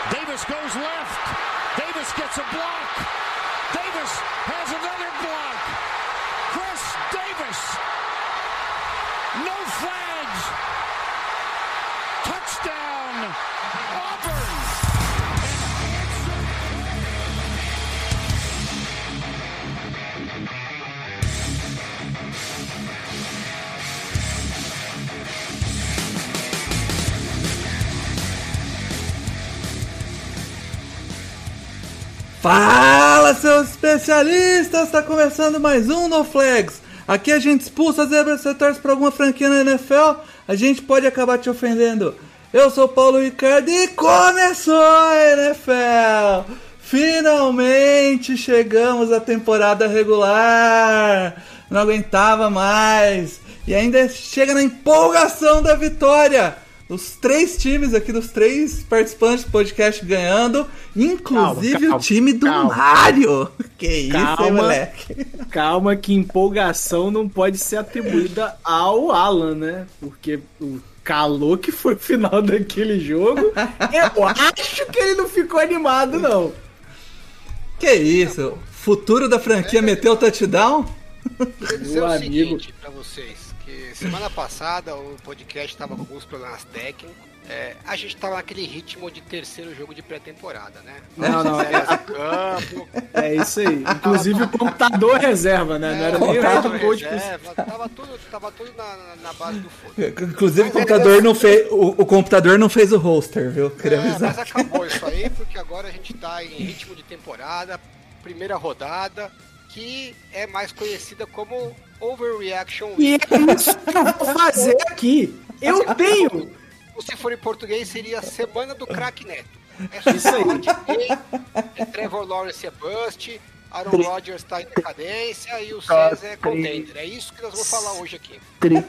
Davis goes left. Davis gets a block. Davis has another block. Chris Davis. No flags. Touchdown. Auburn. Fala, seus especialistas! Está começando mais um No Flags. Aqui a gente expulsa as zebras se torce para alguma franquia na NFL, a gente pode acabar te ofendendo. Eu sou o Paulo Ricardo e começou a NFL! Finalmente chegamos à temporada regular! Não aguentava mais! E ainda chega na empolgação da vitória! Os três times aqui, dos três participantes do podcast ganhando, inclusive o time do Mário. Que isso, hein, moleque? Calma, que empolgação não pode ser atribuída ao Alan, né? Porque o calor que foi o final daquele jogo, eu acho que ele não ficou animado, não. Que isso? Futuro da franquia meteu o touchdown? Quero dizer o seguinte pra vocês. Semana passada o podcast estava com alguns problemas técnicos. A gente estava naquele ritmo de terceiro jogo de pré-temporada, né? Não, campo. É isso aí. Inclusive o computador reserva, né? Não era nem o head coach. Tava tudo na base do fogo. Inclusive o computador não fez o roster, viu? Queria avisar. Mas acabou isso aí, porque agora a gente tá em ritmo de temporada, primeira rodada, que é mais conhecida como Overreaction Week. E é isso que eu vou fazer aqui. Eu tenho. Se for em português, seria a Semana do Crack Neto. É isso aí. Trevor Lawrence é bust, Aaron Rodgers tá em decadência e o César é contender. É isso que nós vamos falar hoje aqui.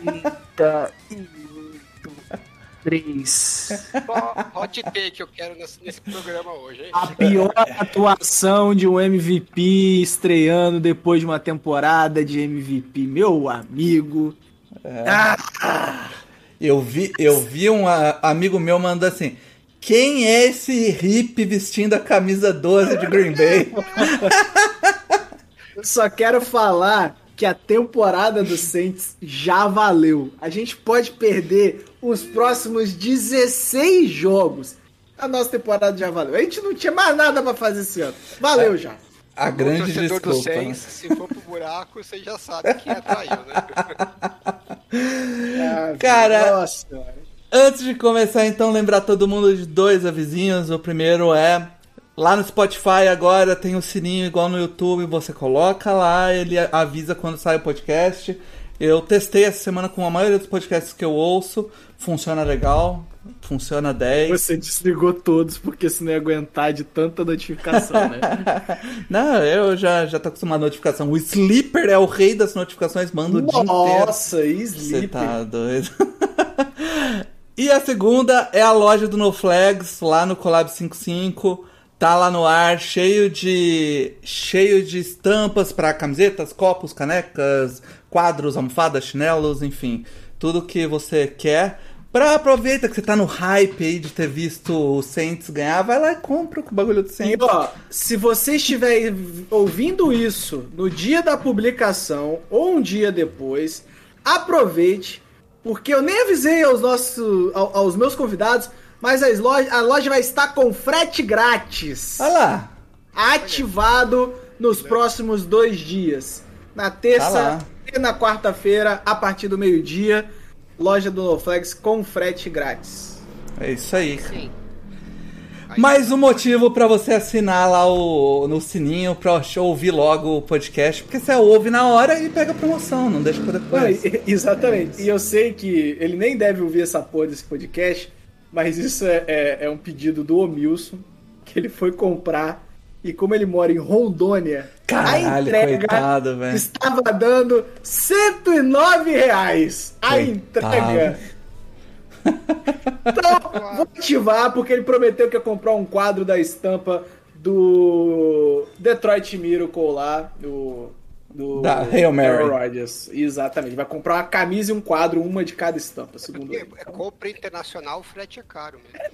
3. Hot take eu quero nesse programa hoje, hein? A pior atuação de um MVP estreando depois de uma temporada de MVP, meu amigo. Eu vi um amigo meu mandando assim: quem é esse hippie vestindo a camisa 12 de Green Bay? Eu só quero falar que a temporada do Saints já valeu. A gente pode perder os próximos 16 jogos. A nossa temporada já valeu. A gente não tinha mais nada pra fazer esse ano. Valeu já. A grande desculpa, do Saints, né? Se for pro buraco, você já sabe quem atraiu, né? Cara, nossa. Antes de começar, então, lembrar todo mundo de dois avisinhos. O primeiro é: lá no Spotify agora tem um sininho igual no YouTube, você coloca lá, ele avisa quando sai o podcast. Eu testei essa semana com a maioria dos podcasts que eu ouço, funciona legal, funciona 10. Você desligou todos porque senão ia aguentar de tanta notificação, né? Não, eu já tô acostumado a notificação. O Sleeper é o rei das notificações, manda o dia inteiro. Nossa, Sleeper. Você tá doido. E a segunda é a loja do No Flags, lá no Collab 55. Tá lá no ar, cheio de estampas para camisetas, copos, canecas, quadros, almofadas, chinelos, enfim, tudo que você quer. Aproveita que você tá no hype aí de ter visto o Saints ganhar, vai lá e compra o bagulho do Saints. E ó, se você estiver ouvindo isso no dia da publicação ou um dia depois, aproveite, porque eu nem avisei aos meus convidados, mas a loja vai estar com frete grátis. Olha lá. Ativado nos próximos 2 dias. Na terça e na quarta-feira, a partir do meio-dia, loja do No Flags com frete grátis. É isso aí. Sim. Mais um motivo pra você assinar lá no sininho pra ouvir logo o podcast, porque você ouve na hora e pega a promoção, não deixa pra depois. Exatamente. E eu sei que ele nem deve ouvir essa porra desse podcast, mas isso é um pedido do Omilson, que ele foi comprar, e como ele mora em Rondônia, caralho, a entrega coitado, velho, estava dando R$109. A entrega. Então, vou ativar, porque ele prometeu que ia comprar um quadro da estampa do Detroit Miracle lá, Da Hail Mary. Aaron Rodgers. Exatamente. Vai comprar uma camisa e um quadro, uma de cada estampa, segundo ele. É compra internacional, o frete é caro mesmo.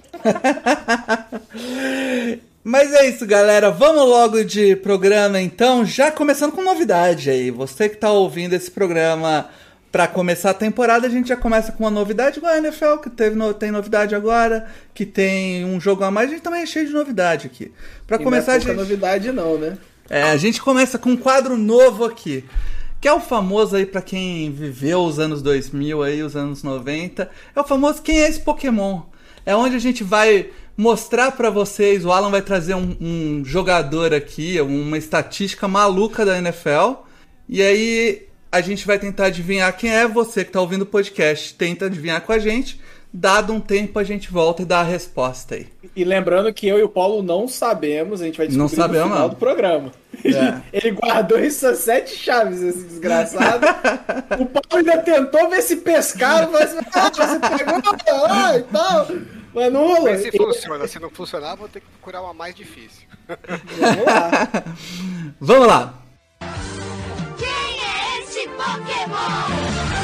Mas é isso, galera. Vamos logo de programa, então. Já começando com novidade aí. Você que tá ouvindo esse programa pra começar a temporada, a gente já começa com uma novidade igual a NFL, que tem novidade agora, que tem um jogo a mais. A gente também é cheio de novidade aqui. Pra começar, não é pouca novidade não, né? a gente começa com um quadro novo aqui, que é o famoso aí pra quem viveu os anos 2000 aí, os anos 90. É o famoso Quem é esse Pokémon? É onde a gente vai mostrar pra vocês, o Alan vai trazer um jogador aqui, uma estatística maluca da NFL, e aí a gente vai tentar adivinhar quem é. Você que tá ouvindo o podcast, tenta adivinhar com a gente. Dado um tempo, a gente volta e dá a resposta aí. E lembrando que eu e o Paulo não sabemos, a gente vai descobrir no final do programa. Ele guardou essas 7 chaves, esse desgraçado. O Paulo ainda tentou ver se pescaram, mas você pegou e tal. Mas não rolou. Mas se funciona, se não funcionar, vou ter que procurar uma mais difícil. Vamos lá. Vamos lá. Quem é esse Pokémon?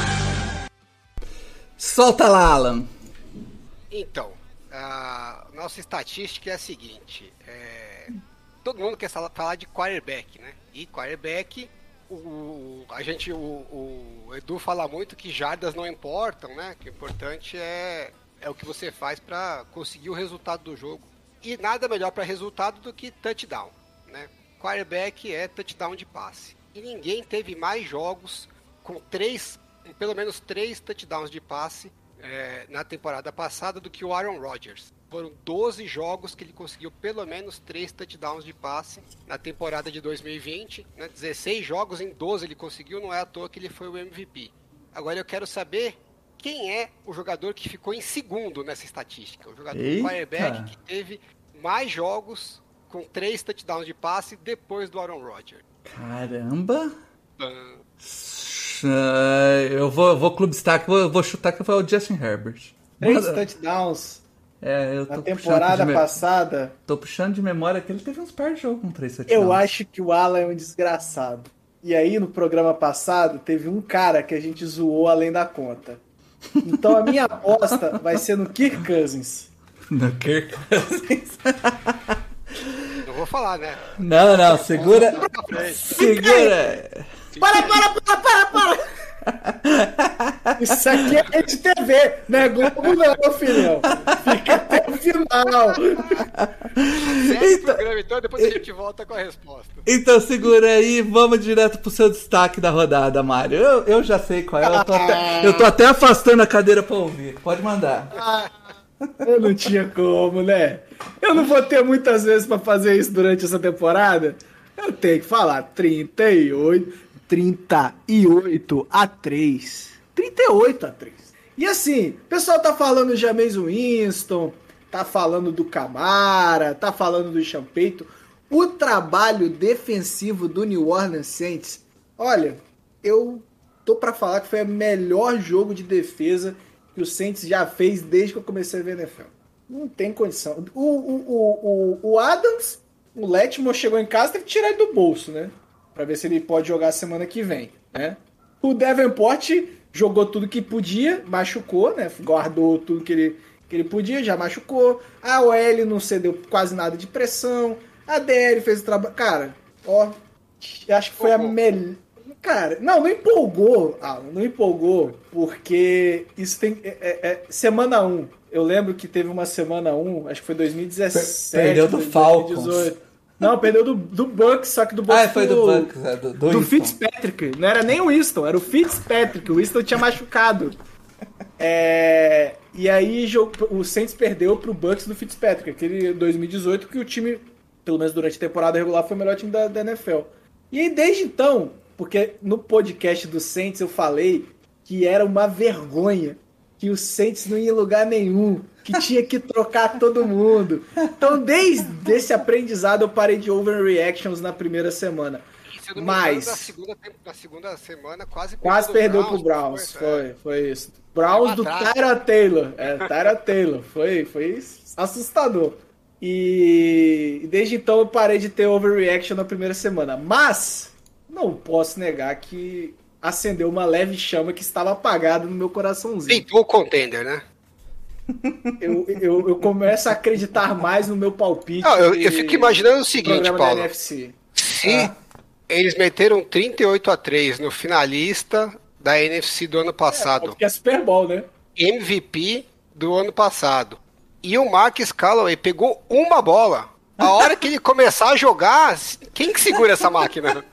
Solta lá, Alan. Então, a nossa estatística é a seguinte. Todo mundo quer falar de quarterback, né? E quarterback, o Edu fala muito que jardas não importam, né? Que o importante é o que você faz para conseguir o resultado do jogo. E nada melhor para resultado do que touchdown, né? Quarterback é touchdown de passe. E ninguém teve mais jogos com pelo menos 3 touchdowns de passe na temporada passada do que o Aaron Rodgers. Foram 12 jogos que ele conseguiu pelo menos 3 touchdowns de passe na temporada de 2020. Né? 16 jogos em 12 ele conseguiu, não é à toa que ele foi o MVP. Agora eu quero saber quem é o jogador que ficou em segundo nessa estatística. O jogador quarterback que teve mais jogos com 3 touchdowns de passe depois do Aaron Rodgers. Caramba! Eu vou clube destaque, vou chutar que foi o Justin Herbert. 3 touchdowns eu na temporada passada. Tô puxando de memória que ele teve uns par de jogos com 3 touchdowns. Eu acho que o Alan é um desgraçado. E aí, no programa passado, teve um cara que a gente zoou além da conta. Então a minha aposta vai ser no Kirk Cousins. No Kirk Cousins? Não vou falar, né? Não, segura. Segura. Para! Isso aqui é de TV, não é Globo não, filhão. Fica até o final. Segue o programa então, depois a gente volta com a resposta. Então segura aí, vamos direto pro seu destaque da rodada, Mário. Eu já sei qual é, eu tô até afastando a cadeira pra ouvir. Pode mandar. Eu não tinha como, né? Eu não vou ter muitas vezes pra fazer isso durante essa temporada. Eu tenho que falar 38 a 3. 38 a 3. E assim, o pessoal tá falando de Jameis Winston, tá falando do Camara, tá falando do Champeito. O trabalho defensivo do New Orleans Saints, olha, eu tô pra falar que foi o melhor jogo de defesa que o Saints já fez desde que eu comecei a ver NFL. Não tem condição. O Adams, o Letmore chegou em casa, teve que tirar ele do bolso, né? Pra ver se ele pode jogar semana que vem, né? O Davenport jogou tudo que podia, machucou, né? Guardou tudo que ele podia, já machucou. A OL não cedeu quase nada de pressão. A DL fez o trabalho. Cara, acho que foi a melhor. Cara, não empolgou, Alan, não empolgou, porque isso tem. Semana 1. Eu lembro que teve uma semana 1, acho que foi 2017. Perdeu do Falcons. Não, perdeu do Bucks, só que do Bucks. Foi do Bucks, do Fitzpatrick. Não era nem o Winston, era o Fitzpatrick. O Winston tinha machucado. E aí o Saints perdeu pro Bucks do Fitzpatrick, aquele 2018 que o time, pelo menos durante a temporada regular, foi o melhor time da NFL. E aí desde então, porque no podcast do Saints eu falei que era uma vergonha, que o Saints não ia em lugar nenhum, que tinha que trocar todo mundo. Então, desde esse aprendizado, eu parei de overreactions na primeira semana. Mas na segunda semana quase perdeu pro Browns. Foi isso. Browns do Tyrod Taylor. Tyrod Taylor. Foi assustador. E desde então eu parei de ter overreaction na primeira semana. Mas não posso negar que acendeu uma leve chama que estava apagada no meu coraçãozinho. Pintou o contender, né? Eu começo a acreditar mais no meu palpite. Não, eu fico imaginando o seguinte, programa Paulo. da NFC. Se eles meteram 38-3 no finalista da NFC do ano passado, Porque é Super Bowl, né? MVP do ano passado, e o Marcus Callaway pegou uma bola, a hora que ele começar a jogar, quem que segura essa máquina?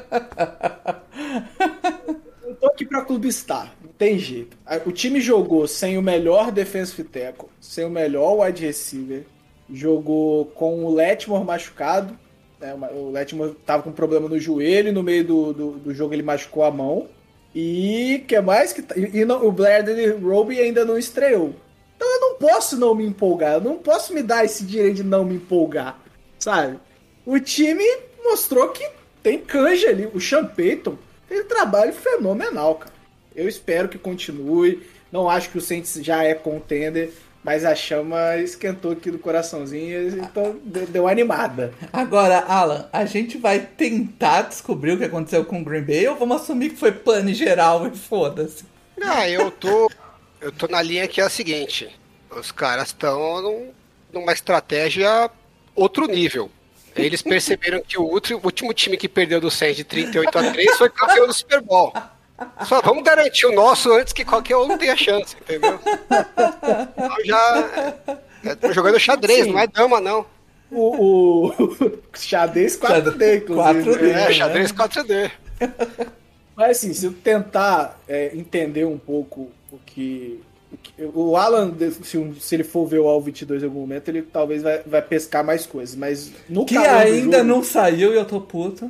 Eu tô aqui pra clubistar, não tem jeito. O time jogou sem o melhor defensive tackle, sem o melhor wide receiver, jogou com o Letmore machucado, né? O Letmore tava com problema no joelho, no meio do jogo ele machucou a mão. E que mais que o Bradley Roby ainda não estreou. Então eu não posso não me empolgar, eu não posso me dar esse direito de não me empolgar, sabe? O time mostrou que tem canja ali. O Sean Payton fez um trabalho fenomenal, cara. Eu espero que continue. Não acho que o Saints já é contender, mas a chama esquentou aqui do coraçãozinho, então deu uma animada. Agora, Alan, a gente vai tentar descobrir o que aconteceu com o Green Bay ou vamos assumir que foi pane geral e foda-se? Eu tô na linha que é a seguinte, os caras estão numa estratégia outro nível. Eles perceberam que o último time que perdeu do Saints de 38-3 foi campeão do Super Bowl. Só vamos garantir o nosso antes que qualquer um tenha chance, entendeu? Então já tô jogando xadrez, sim. Não é dama, não. O xadrez 4D, inclusive. 4D, xadrez 4D. Mas assim, se eu tentar entender um pouco o que o Alan, se ele for ver o All 22 em algum momento, ele talvez vai pescar mais coisas, mas no que ainda jogo, não saiu e eu tô puto.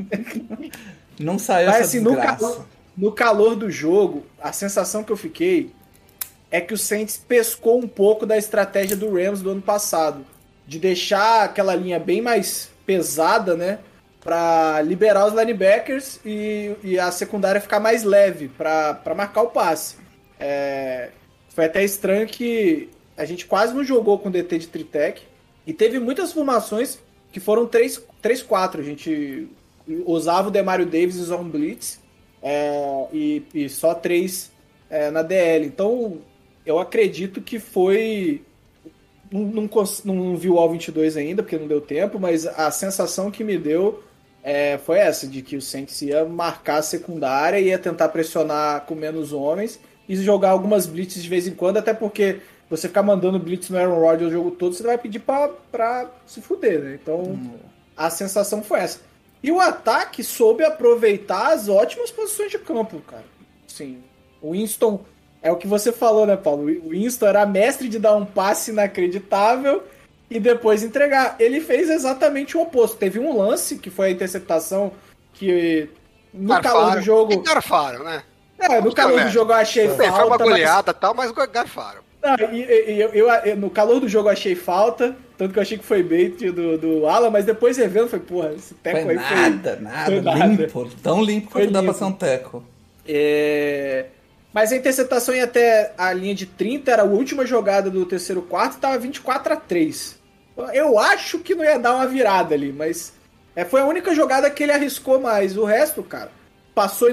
Não saiu essa assim, desgraça. No calor do jogo, a sensação que eu fiquei é que o Saints pescou um pouco da estratégia do Rams do ano passado, de deixar aquela linha bem mais pesada, né, para liberar os linebackers e a secundária ficar mais leve para marcar o passe. Foi até estranho que a gente quase não jogou com DT de tritec e teve muitas formações que foram 3-4. A gente usava o Demario Davis e o Zone Blitz e só 3 na DL. Então eu acredito que foi... Não vi o All 22 ainda, porque não deu tempo, mas a sensação que me deu foi essa, de que o Saints ia marcar a secundária, ia tentar pressionar com menos homens e jogar algumas blitzes de vez em quando, até porque você ficar mandando blitz no Aaron Rodgers o jogo todo, você vai pedir pra se fuder, né? Então, a sensação foi essa. E o ataque soube aproveitar as ótimas posições de campo, cara. Sim, o Winston, é o que você falou, né, Paulo? O Winston era mestre de dar um passe inacreditável e depois entregar. Ele fez exatamente o oposto. Teve um lance, que foi a interceptação, que no calor do jogo... E garfaram, né? No calor do jogo eu achei falta. Foi uma goleada e tal, mas garfaram. Eu, no calor do jogo eu achei falta, tanto que eu achei que foi bait do Alan, mas depois revendo, foi, porra, esse teco foi aí foi nada, limpo, tão limpo quanto dá pra ser um teco. Mas a interceptação ia até a linha de 30, era a última jogada do terceiro quarto e tava 24-3. Eu acho que não ia dar uma virada ali, mas foi a única jogada que ele arriscou mais. O resto, cara, passou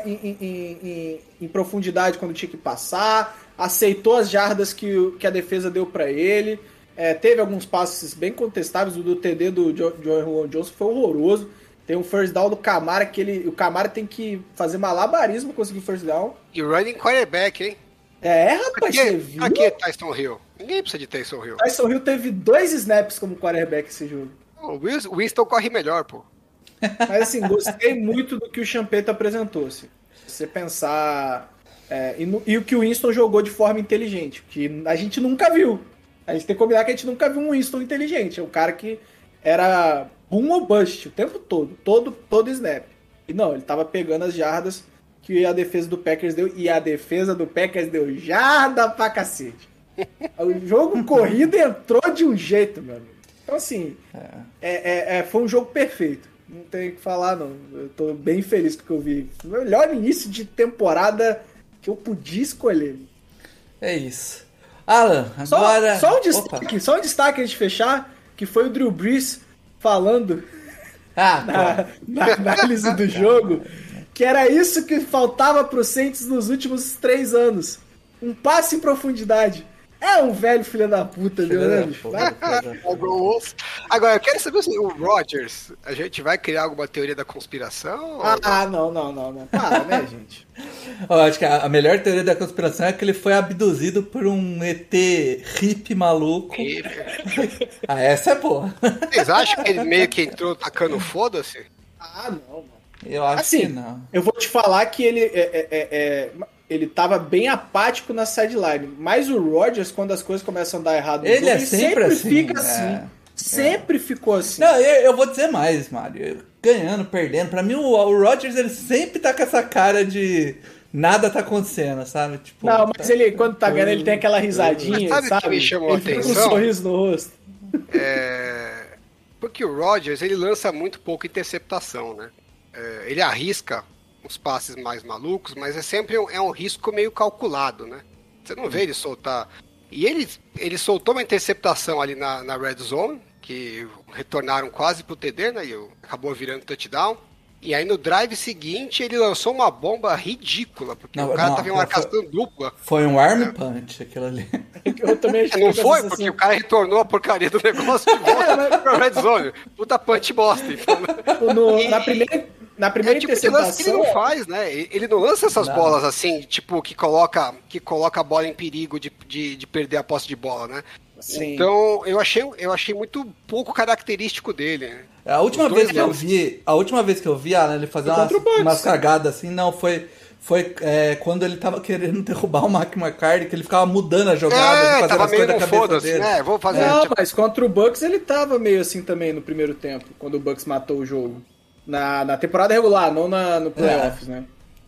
em profundidade quando tinha que passar, aceitou as jardas que a defesa deu pra ele, teve alguns passes bem contestáveis, o do TD do Joe Johnson foi horroroso. Tem um first down do Camara que o Camara tem que fazer malabarismo pra conseguir first down. E running quarterback, hein? Rapaz, você viu? Pra que Tyson Hill? Ninguém precisa de Tyson Hill. Tyson Hill teve 2 snaps como quarterback esse jogo. O Winston corre melhor, pô. Mas assim, gostei muito do que o Champeta apresentou. Assim. Se você pensar... e o que o Winston jogou de forma inteligente, que a gente nunca viu. A gente tem que combinar que a gente nunca viu um Winston inteligente. É um cara que era boom ou bust o tempo todo snap. E não, ele tava pegando as jardas que a defesa do Packers deu, e a defesa do Packers deu jarda pra cacete. O jogo corrido entrou de um jeito, meu amigo. Então assim, foi um jogo perfeito. Não tem o que falar, não. Eu tô bem feliz com o que eu vi. O melhor início de temporada que eu podia escolher. É isso. Alan, agora... Só um destaque antes de fechar, que foi o Drew Brees falando na análise do jogo, que era isso que faltava pro Saints nos últimos 3 anos. Um passe em profundidade. É um velho filho da puta, Leonardo. Agora, eu quero saber assim, o Rodgers, a gente vai criar alguma teoria da conspiração? Não. Para, né, gente? Eu acho que a melhor teoria da conspiração é que ele foi abduzido por um ET hippie maluco. Essa é boa. Vocês acham que ele meio que entrou tacando foda-se? Não, mano. Eu acho assim, que não. Eu vou te falar que ele tava bem apático na sideline. Mas o Rodgers, quando as coisas começam a dar errado no Ele jogo, é sempre assim, fica assim. Sempre ficou assim. Não, eu vou dizer mais, Mário. Ganhando, perdendo. Pra mim, o Rodgers, ele sempre tá com essa cara de nada tá acontecendo, sabe? Tipo, não, mas ele, quando tá ganhando, ele tem aquela risadinha, sabe? sabe? O que me chamou a ele fica atenção? com um sorriso no rosto. Porque o Rodgers, ele lança muito pouca interceptação, né? Ele arrisca uns passes mais malucos, mas é sempre um risco meio calculado, né? Você não vê ele soltar. E ele soltou uma interceptação ali na red zone, que retornaram quase pro TD, né? E acabou virando touchdown. E aí no drive seguinte ele lançou uma bomba ridícula, porque o cara tava em marcação dupla. Foi um arm punch aquilo ali. Eu também achei não foi, porque o cara retornou a porcaria do negócio de volta pra red zone. Puta punch bosta. Então. Na primeira tipo interceptação... que ele não faz, né? Ele não lança essas bolas assim, tipo, que coloca a bola em perigo de perder a posse de bola, né? Sim. Então, eu achei muito pouco característico dele. Né? A última vez que eu vi Alan, ele fazer umas cagadas assim, não, foi quando ele tava querendo derrubar o Mike McCarthy, que ele ficava mudando a jogada, fazendo as coisas da cabeça dele. Né? Vou fazer, não, mas contra o Bucks ele tava meio assim também no primeiro tempo, quando o Bucks matou o jogo. Na temporada regular, não no playoffs, né?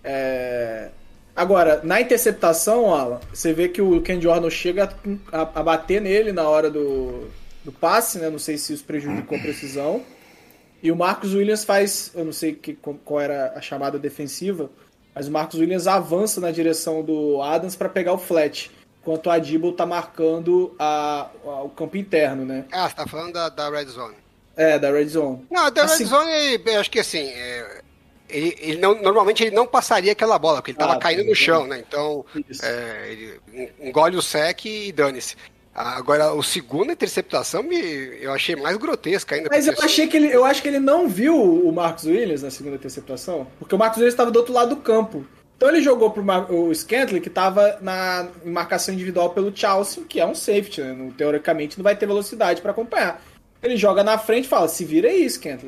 Agora, na interceptação, Alan, você vê que o Ken Jordan chega a bater nele na hora do passe, né? Não sei se isso prejudicou a precisão. E o Marcus Williams faz, eu não sei qual era a chamada defensiva, mas o Marcus Williams avança na direção do Adams para pegar o flat, enquanto o Adibble tá marcando o campo interno, né? Você tá falando da red zone. Da red zone. Não, da red zone, eu acho que assim... normalmente ele não passaria aquela bola, porque ele tava caindo no chão, né? Então, ele engole o sec e dane-se. Agora, a segunda interceptação eu achei mais grotesca ainda. Mas eu acho que ele não viu o Marcus Williams na segunda interceptação, porque o Marcus Williams estava do outro lado do campo. Então ele jogou pro Scantling, que estava em marcação individual pelo Chelsea, que é um safety, né? Teoricamente não vai ter velocidade para acompanhar. Ele joga na frente e fala, se vira aí, Scantling.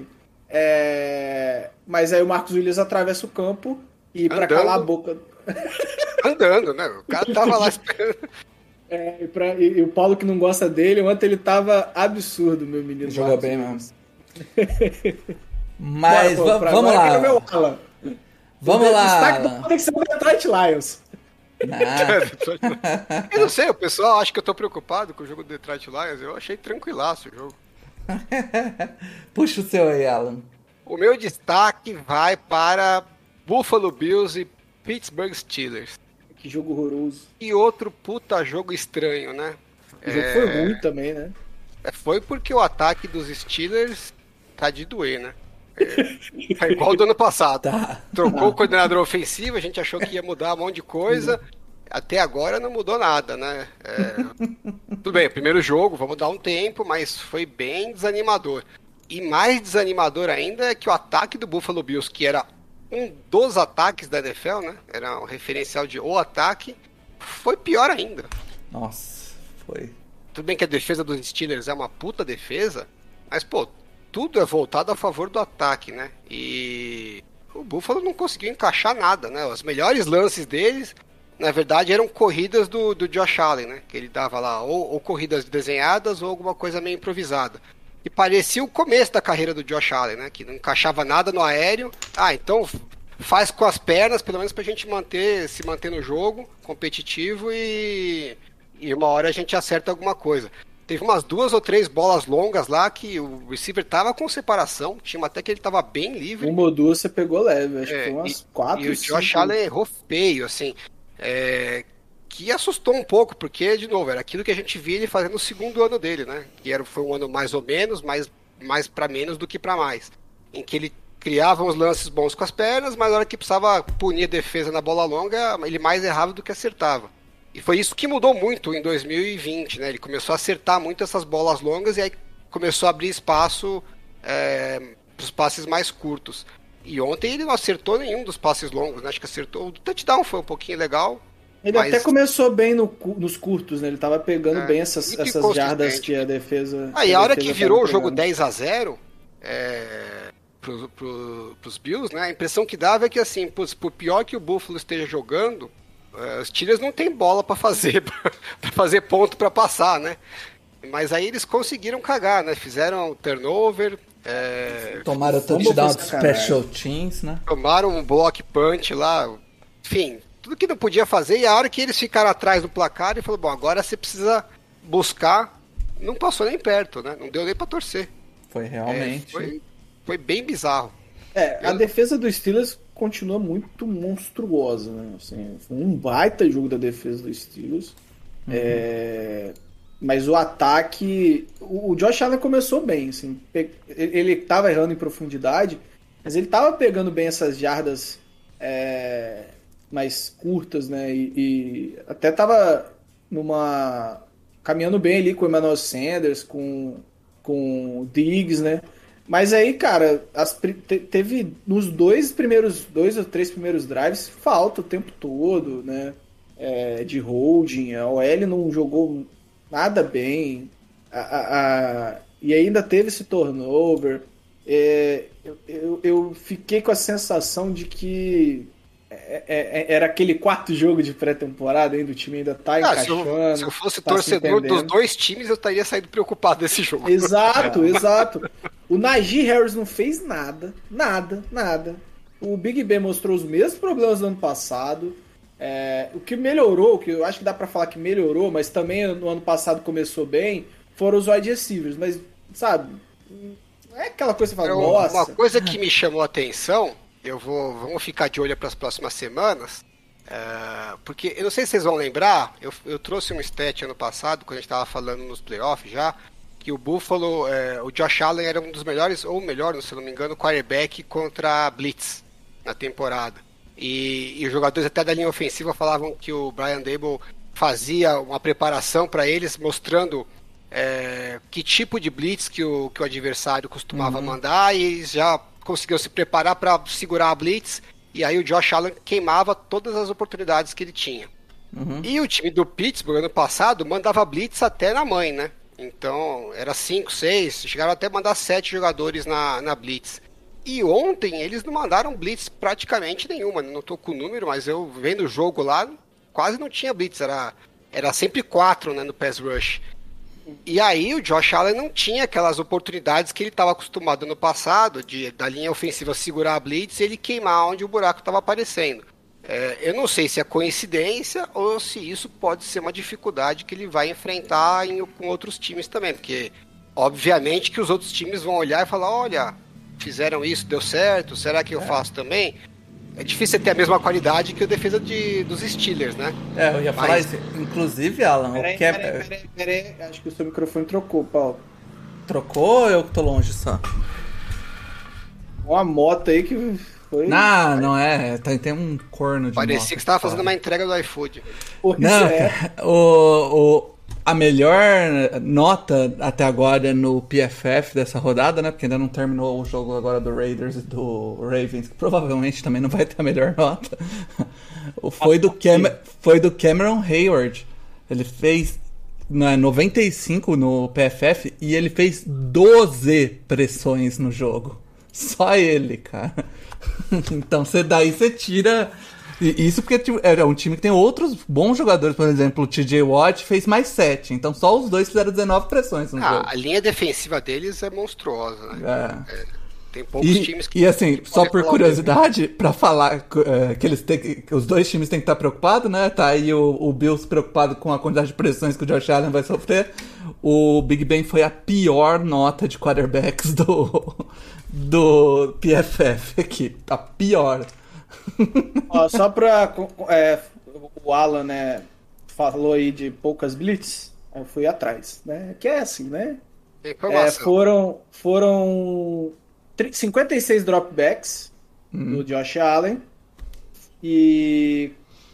Mas aí o Marcus Williams atravessa o campo e para calar a boca... Andando, né? O cara tava lá esperando. E o Paulo que não gosta dele, ontem ele tava absurdo, meu menino. Jogou bem mesmo. Mas vamos lá. Vamos lá. Tem que ser o Detroit Lions. Eu não sei, o pessoal acha que eu tô preocupado com o jogo do Detroit Lions. Eu achei tranquilaço o jogo. Puxa o seu aí, Alan. O meu destaque vai para Buffalo Bills e Pittsburgh Steelers. Que jogo horroroso. E outro puta jogo estranho, né? O jogo foi ruim também, né? Foi porque o ataque dos Steelers tá de doer, né? É igual do ano passado. Trocou o coordenador ofensivo, a gente achou que ia mudar um monte de coisa. Até agora não mudou nada, né? Tudo bem, primeiro jogo, vamos dar um tempo, mas foi bem desanimador. E mais desanimador ainda é que o ataque do Buffalo Bills, que era um dos ataques da NFL, né? Era um referencial de o ataque, foi pior ainda. Nossa, foi. Tudo bem que a defesa dos Steelers é uma puta defesa, mas, pô, tudo é voltado a favor do ataque, né? E o Buffalo não conseguiu encaixar nada, né? Os melhores lances deles, na verdade, eram corridas do Josh Allen, né? Que ele dava lá, ou corridas desenhadas ou alguma coisa meio improvisada. E parecia o começo da carreira do Josh Allen, né? Que não encaixava nada no aéreo. Então faz com as pernas, pelo menos pra gente se manter no jogo, competitivo e uma hora a gente acerta alguma coisa. Teve umas 2 ou 3 bolas longas lá que o receiver tava com separação, tinha até que ele tava bem livre. Uma ou duas você pegou leve, acho que foi umas 4 E o Josh Allen errou feio, assim. Que assustou um pouco, porque, de novo, era aquilo que a gente via ele fazendo no segundo ano dele, né? Que foi um ano mais ou menos, mais para menos do que para mais. em que ele criava uns lances bons com as pernas, mas na hora que precisava punir a defesa na bola longa, ele mais errava do que acertava. E foi isso que mudou muito em 2020, né? Ele começou a acertar muito essas bolas longas e aí começou a abrir espaço para os passes mais curtos. E ontem ele não acertou nenhum dos passes longos, né? Acho que acertou. O touchdown foi um pouquinho legal. Ele mas até começou bem nos curtos, né? Ele tava pegando bem essas jardas que a defesa... Aí a hora que virou o jogo 10-0 pros Bills, né? A impressão que dava é que, assim, por pior que o Buffalo esteja jogando, os Steelers não tem bola pra fazer, pra fazer ponto pra passar, né? Mas aí eles conseguiram cagar, né? Fizeram turnover... Tomaram touchdown de special teams, né? Tomaram um block punch lá, enfim, tudo que não podia fazer. E a hora que eles ficaram atrás do placar, ele falou, bom, agora você precisa buscar. Não passou nem perto, né? Não deu nem pra torcer. Foi realmente... Foi bem bizarro. A defesa dos Steelers continua muito monstruosa, né? Assim, foi um baita jogo da defesa dos Steelers. Mas o ataque... O Josh Allen começou bem, assim. Ele tava errando em profundidade, mas ele tava pegando bem essas jardas mais curtas, né? E até tava caminhando bem ali com o Emmanuel Sanders, com o Diggs, né? Mas aí, cara, teve nos dois ou três primeiros drives falta o tempo todo, né? De holding. A OL não jogou nada bem, e ainda teve esse turnover. Eu fiquei com a sensação de que era aquele quarto jogo de pré-temporada, ainda o time ainda tá encaixando. Se eu fosse torcedor dos dois times, eu estaria saindo preocupado desse jogo. Exato. O Najee Harris não fez nada. O Big Ben mostrou os mesmos problemas do ano passado. O que melhorou, que eu acho que dá pra falar que melhorou, mas também no ano passado começou bem, foram os wide receivers, mas, sabe, não é aquela coisa que você fala, nossa... Uma coisa que me chamou a atenção, vamos ficar de olho para as próximas semanas, porque eu não sei se vocês vão lembrar, eu trouxe um stat ano passado, quando a gente estava falando nos playoffs já, que o Buffalo, o Josh Allen era um dos melhores, ou o melhor, se não me engano, quarterback contra Blitz na temporada. E os jogadores até da linha ofensiva falavam que o Brian Daboll fazia uma preparação para eles, mostrando que tipo de blitz que o adversário costumava mandar, e eles já conseguiam se preparar para segurar a blitz, e aí o Josh Allen queimava todas as oportunidades que ele tinha. E o time do Pittsburgh ano passado mandava blitz até na mãe, né? Então era 5, 6, chegaram até a mandar 7 jogadores na blitz. E ontem eles não mandaram blitz praticamente nenhuma, não tô com o número, mas eu vendo o jogo lá, quase não tinha blitz, era sempre 4, né, no pass rush. E aí o Josh Allen não tinha aquelas oportunidades que ele estava acostumado no passado, da linha ofensiva segurar a blitz e ele queimar onde o buraco estava aparecendo. Eu não sei se é coincidência ou se isso pode ser uma dificuldade que ele vai enfrentar com outros times também, porque obviamente que os outros times vão olhar e falar, olha... fizeram isso, deu certo, será que eu faço também? É difícil ter a mesma qualidade que a defesa dos Steelers, né? Eu ia falar isso. Inclusive, Alan, Peraí, acho que o seu microfone trocou, Paulo. Trocou ou eu que tô longe só? Uma moto aí que foi... Não é, tem um corno de Parecia moto que você estava fazendo uma entrega do iFood. A melhor nota até agora no PFF dessa rodada, né? Porque ainda não terminou o jogo agora do Raiders e do Ravens, que provavelmente também não vai ter a melhor nota. Foi do Cameron Hayward. Ele fez 95 no PFF e ele fez 12 pressões no jogo. Só ele, cara. Então daí você tira... Isso porque é um time que tem outros bons jogadores, por exemplo, o TJ Watt fez mais 7, então só os dois fizeram 19 pressões no jogo. A linha defensiva deles é monstruosa, né? Tem poucos times que... E assim, só por curiosidade, pra falar que os dois times têm que estar preocupados, né? Tá aí o Bills preocupado com a quantidade de pressões que o Josh Allen vai sofrer. O Big Ben foi a pior nota de quarterbacks do PFF aqui, a pior. Só pra... o Alan, né, falou aí de poucas blitz, eu fui atrás, né? Que é assim, né? Foram 56 dropbacks do Josh Allen e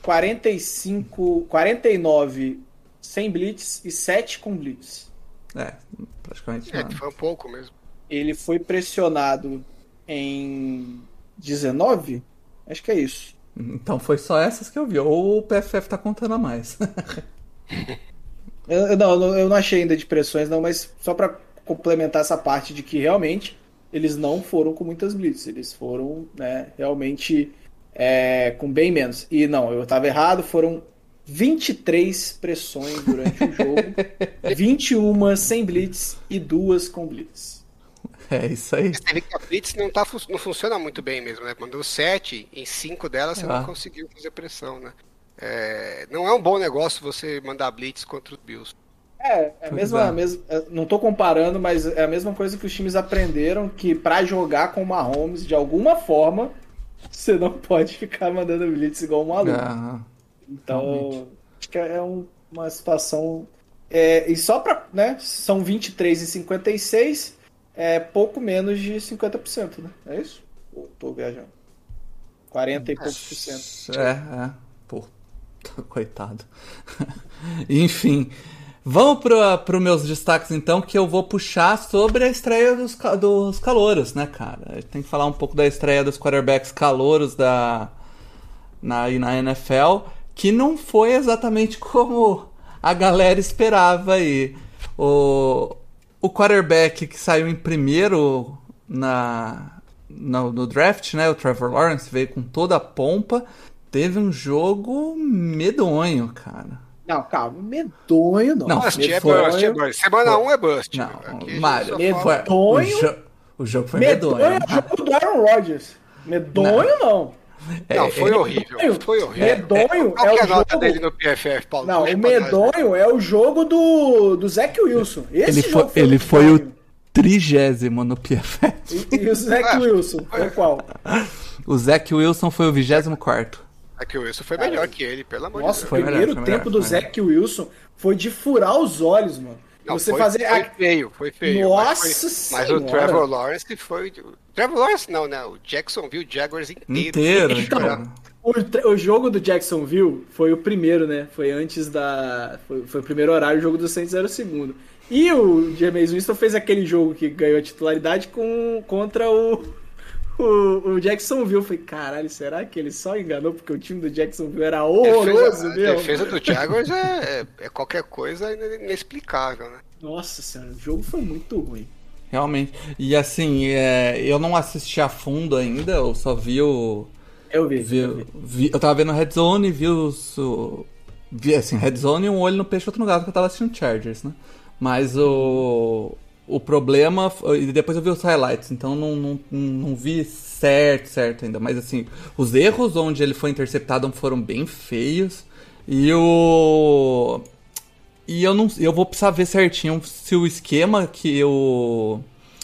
49 sem blitz e 7 com blitz. Praticamente nada. Foi um pouco mesmo. Ele foi pressionado em 19? Acho que é isso. Então foi só essas que eu vi. Ou o PFF tá contando a mais. Eu não achei ainda de pressões, não, mas só pra complementar essa parte de que realmente eles não foram com muitas blitz. Eles foram, né, realmente com bem menos. E não, eu tava errado, foram 23 pressões durante o jogo, 21 sem blitz e 2 com blitz. É isso aí. Você vê que a blitz não funciona muito bem mesmo, né? Mandou 7, em 5 delas você não conseguiu fazer pressão, né? Não é um bom negócio você mandar blitz contra os Bills. Não tô comparando, mas é a mesma coisa que os times aprenderam, que pra jogar com o Mahomes, de alguma forma, você não pode ficar mandando blitz igual um maluco. Então, acho que é uma situação... e só pra... né, são 23 e 56, pouco menos de 50%, né? É isso? Ou tô viajando? 40 e poucos por cento. Pô, coitado. Enfim... Vamos para os meus destaques, então, que eu vou puxar sobre a estreia dos calouros, né, cara? Tem que falar um pouco da estreia dos quarterbacks calouros na NFL, que não foi exatamente como a galera esperava aí. O quarterback que saiu em primeiro no draft, né, o Trevor Lawrence, veio com toda a pompa, teve um jogo medonho, cara. Não, calma, medonho não. Bust, é bust. Semana 1 é bust. Não, Mário, o jogo foi medonho. Medonho é o jogo do Aaron Rodgers. Medonho não. Não, foi horrível. Foi horrível. Medonho Qual é que é o a nota jogo... dele no PFF, Paulo? Não, o medonho é o jogo do Zach Wilson. Ele foi o 30º no PFF. E o Zach Wilson foi qual? O Zach Wilson foi o 24º. Zach Wilson foi melhor que ele, pelo amor de Deus. Nossa, o primeiro tempo do Zach Wilson foi de furar os olhos, mano. Não, foi feio. Nossa mas o Trevor Lawrence foi... Trevor Lawrence não, né? O Jacksonville Jaguars inteiro. Então, o jogo do Jacksonville foi o primeiro, né? Foi antes da... Foi o primeiro horário, o jogo do Saints era o segundo. E o Jameis Winston fez aquele jogo que ganhou a titularidade contra o Jacksonville. Eu falei, caralho, será que ele só enganou porque o time do Jacksonville era horroroso, A defesa do Jaguars é qualquer coisa inexplicável, né? Nossa senhora, o jogo foi muito ruim. Realmente. E assim, eu não assisti a fundo ainda, eu só vi o... Eu vi. Eu tava vendo Red Zone e vi assim, Red Zone e um olho no peixe, outro no gato, que eu tava assistindo Chargers, né? Mas o problema... E depois eu vi os highlights, então não vi certo ainda. Mas assim, os erros onde ele foi interceptado foram bem feios. E eu vou precisar ver certinho se o esquema que o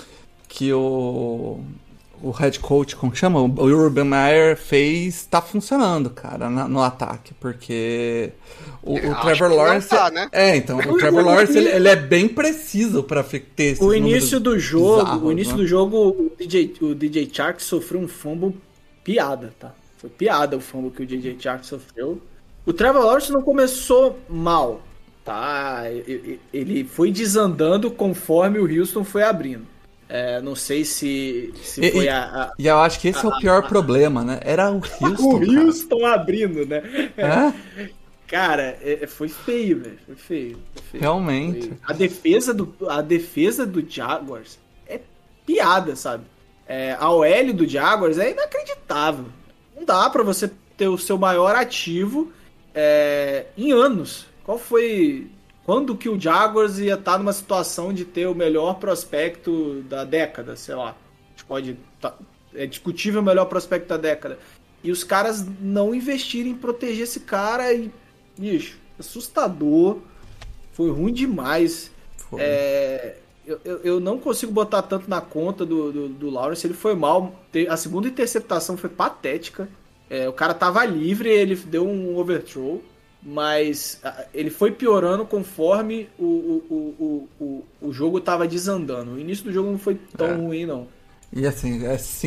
head coach, como que chama? O Urban Meyer fez, tá funcionando, cara, no ataque, porque o Trevor Lawrence... Tá, né? Então, o Trevor Lawrence, ele é bem preciso pra ter esses O início do jogo, bizarros, o DJ Chark sofreu um fumble piada, tá? Foi piada o fumble que o DJ Chark sofreu. O Trevor Lawrence não começou mal, tá? Ele foi desandando conforme o Houston foi abrindo. Não sei se foi E eu acho que esse é o pior problema, né? Era o Houston. O Houston abrindo, né? Cara, foi feio, velho. Foi feio. Realmente. A defesa do Jaguars é piada, sabe? A OL do Jaguars é inacreditável. Não dá pra você ter o seu maior ativo em anos. Quando que o Jaguars ia estar numa situação de ter o melhor prospecto da década, sei lá. É discutível o melhor prospecto da década. E os caras não investirem em proteger esse cara e, bicho, assustador. Foi ruim demais. Eu não consigo botar tanto na conta do Lawrence. Ele foi mal. A segunda interceptação foi patética. O cara tava livre, ele deu um overthrow. Mas ele foi piorando conforme o jogo tava desandando. O início do jogo não foi tão ruim, não. E assim,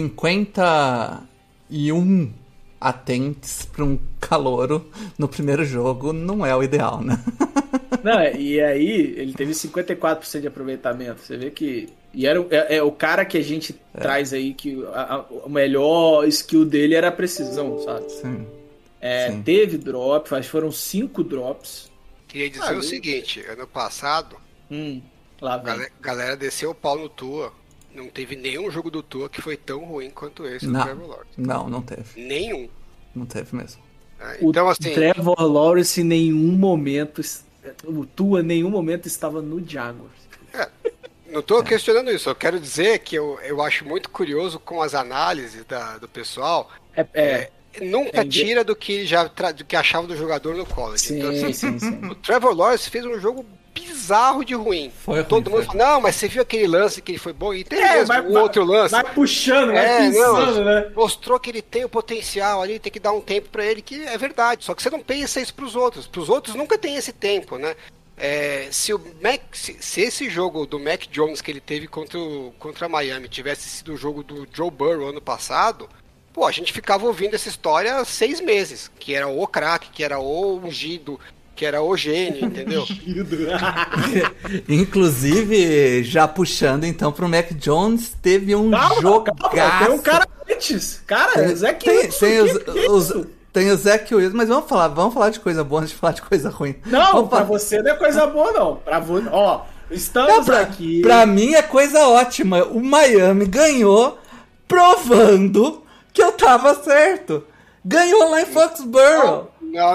51 atentes para um calouro no primeiro jogo não é o ideal, né? Não, e aí ele teve 54% de aproveitamento. Você vê que... E era o cara que a gente traz aí, que o melhor skill dele era a precisão, sabe? Sim. Sim. Teve drop, acho que foram 5 drops. Queria dizer o seguinte, ano passado, Lá vem. galera desceu o pau no Tua. Não teve nenhum jogo do Tua que foi tão ruim quanto esse do Trevor Lawrence. Não teve. Nenhum. Não teve mesmo. Então, assim... O Trevor Lawrence em nenhum momento... O Tua em nenhum momento estava no Jaguars. Não estou questionando isso. Eu quero dizer que eu acho muito curioso com as análises do pessoal. Nunca tira do que do que achava do jogador no college. Sim, então, assim, sim. O Trevor Lawrence fez um jogo bizarro de ruim. Todo mundo falou, não, mas você viu aquele lance que ele foi bom? E tem mesmo outro lance. Vai puxando, vai pensando, né? Mostrou que ele tem o potencial ali, tem que dar um tempo pra ele, que é verdade. Só que você não pensa isso pros outros. Pros outros nunca tem esse tempo, né? Se esse jogo do Mac Jones que ele teve contra Miami tivesse sido o jogo do Joe Burrow ano passado, pô, a gente ficava ouvindo essa história 6 meses, que era o craque, que era o ungido, que era o gênio, entendeu? Inclusive, já puxando então pro Mac Jones, teve um jogaço. Tem um cara antes. Cara, Zach Wilson. Tem o Zach Wilson, mas vamos falar de coisa boa antes de falar de coisa ruim. Não, pra você não é coisa boa, não. Estamos aqui. Pra mim é coisa ótima. O Miami ganhou provando que eu tava certo. Ganhou lá em Foxborough.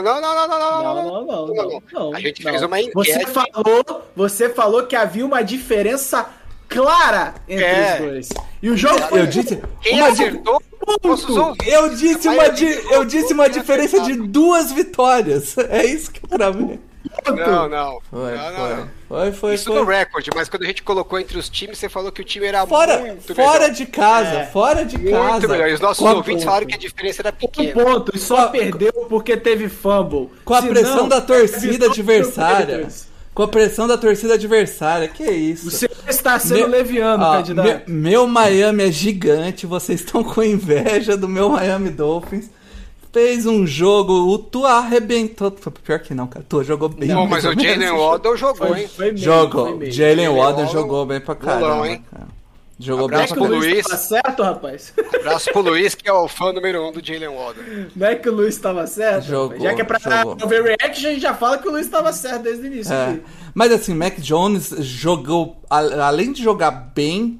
Não. A gente fez uma enquete. Você falou que havia uma diferença clara entre os dois. E o jogo foi... Quem acertou? Eu disse uma diferença de 2 vitórias. É isso que eu cravei. Não. Foi. Isso no recorde, mas quando a gente colocou entre os times, você falou que o time era fora melhor. De casa, fora de casa. Muito melhor. E os nossos ouvintes falaram que a diferença era pequena. Ponto, e só perdeu porque teve fumble. Com a pressão da torcida adversária. Com a pressão da torcida adversária, que isso? Você está sendo leviano, candidato. Meu Miami é gigante, vocês estão com inveja do meu Miami Dolphins. Fez um jogo, o Tua arrebentou. Pior que não, cara. Tua jogou bem. Não, mas o Jalen Waddle jogou, hein? Jogou. Jalen Waddle jogou bem pra caramba, cara. Jogou bem pra caramba. Mac Luiz tava certo, rapaz? Abraço pro Luiz, que é o fã número 1 do Jalen Waddle. Mac Luiz tava certo? Já que é pra overreaction, a gente já fala que o Luiz tava certo desde o início. Mas assim, Mac Jones jogou, além de jogar bem,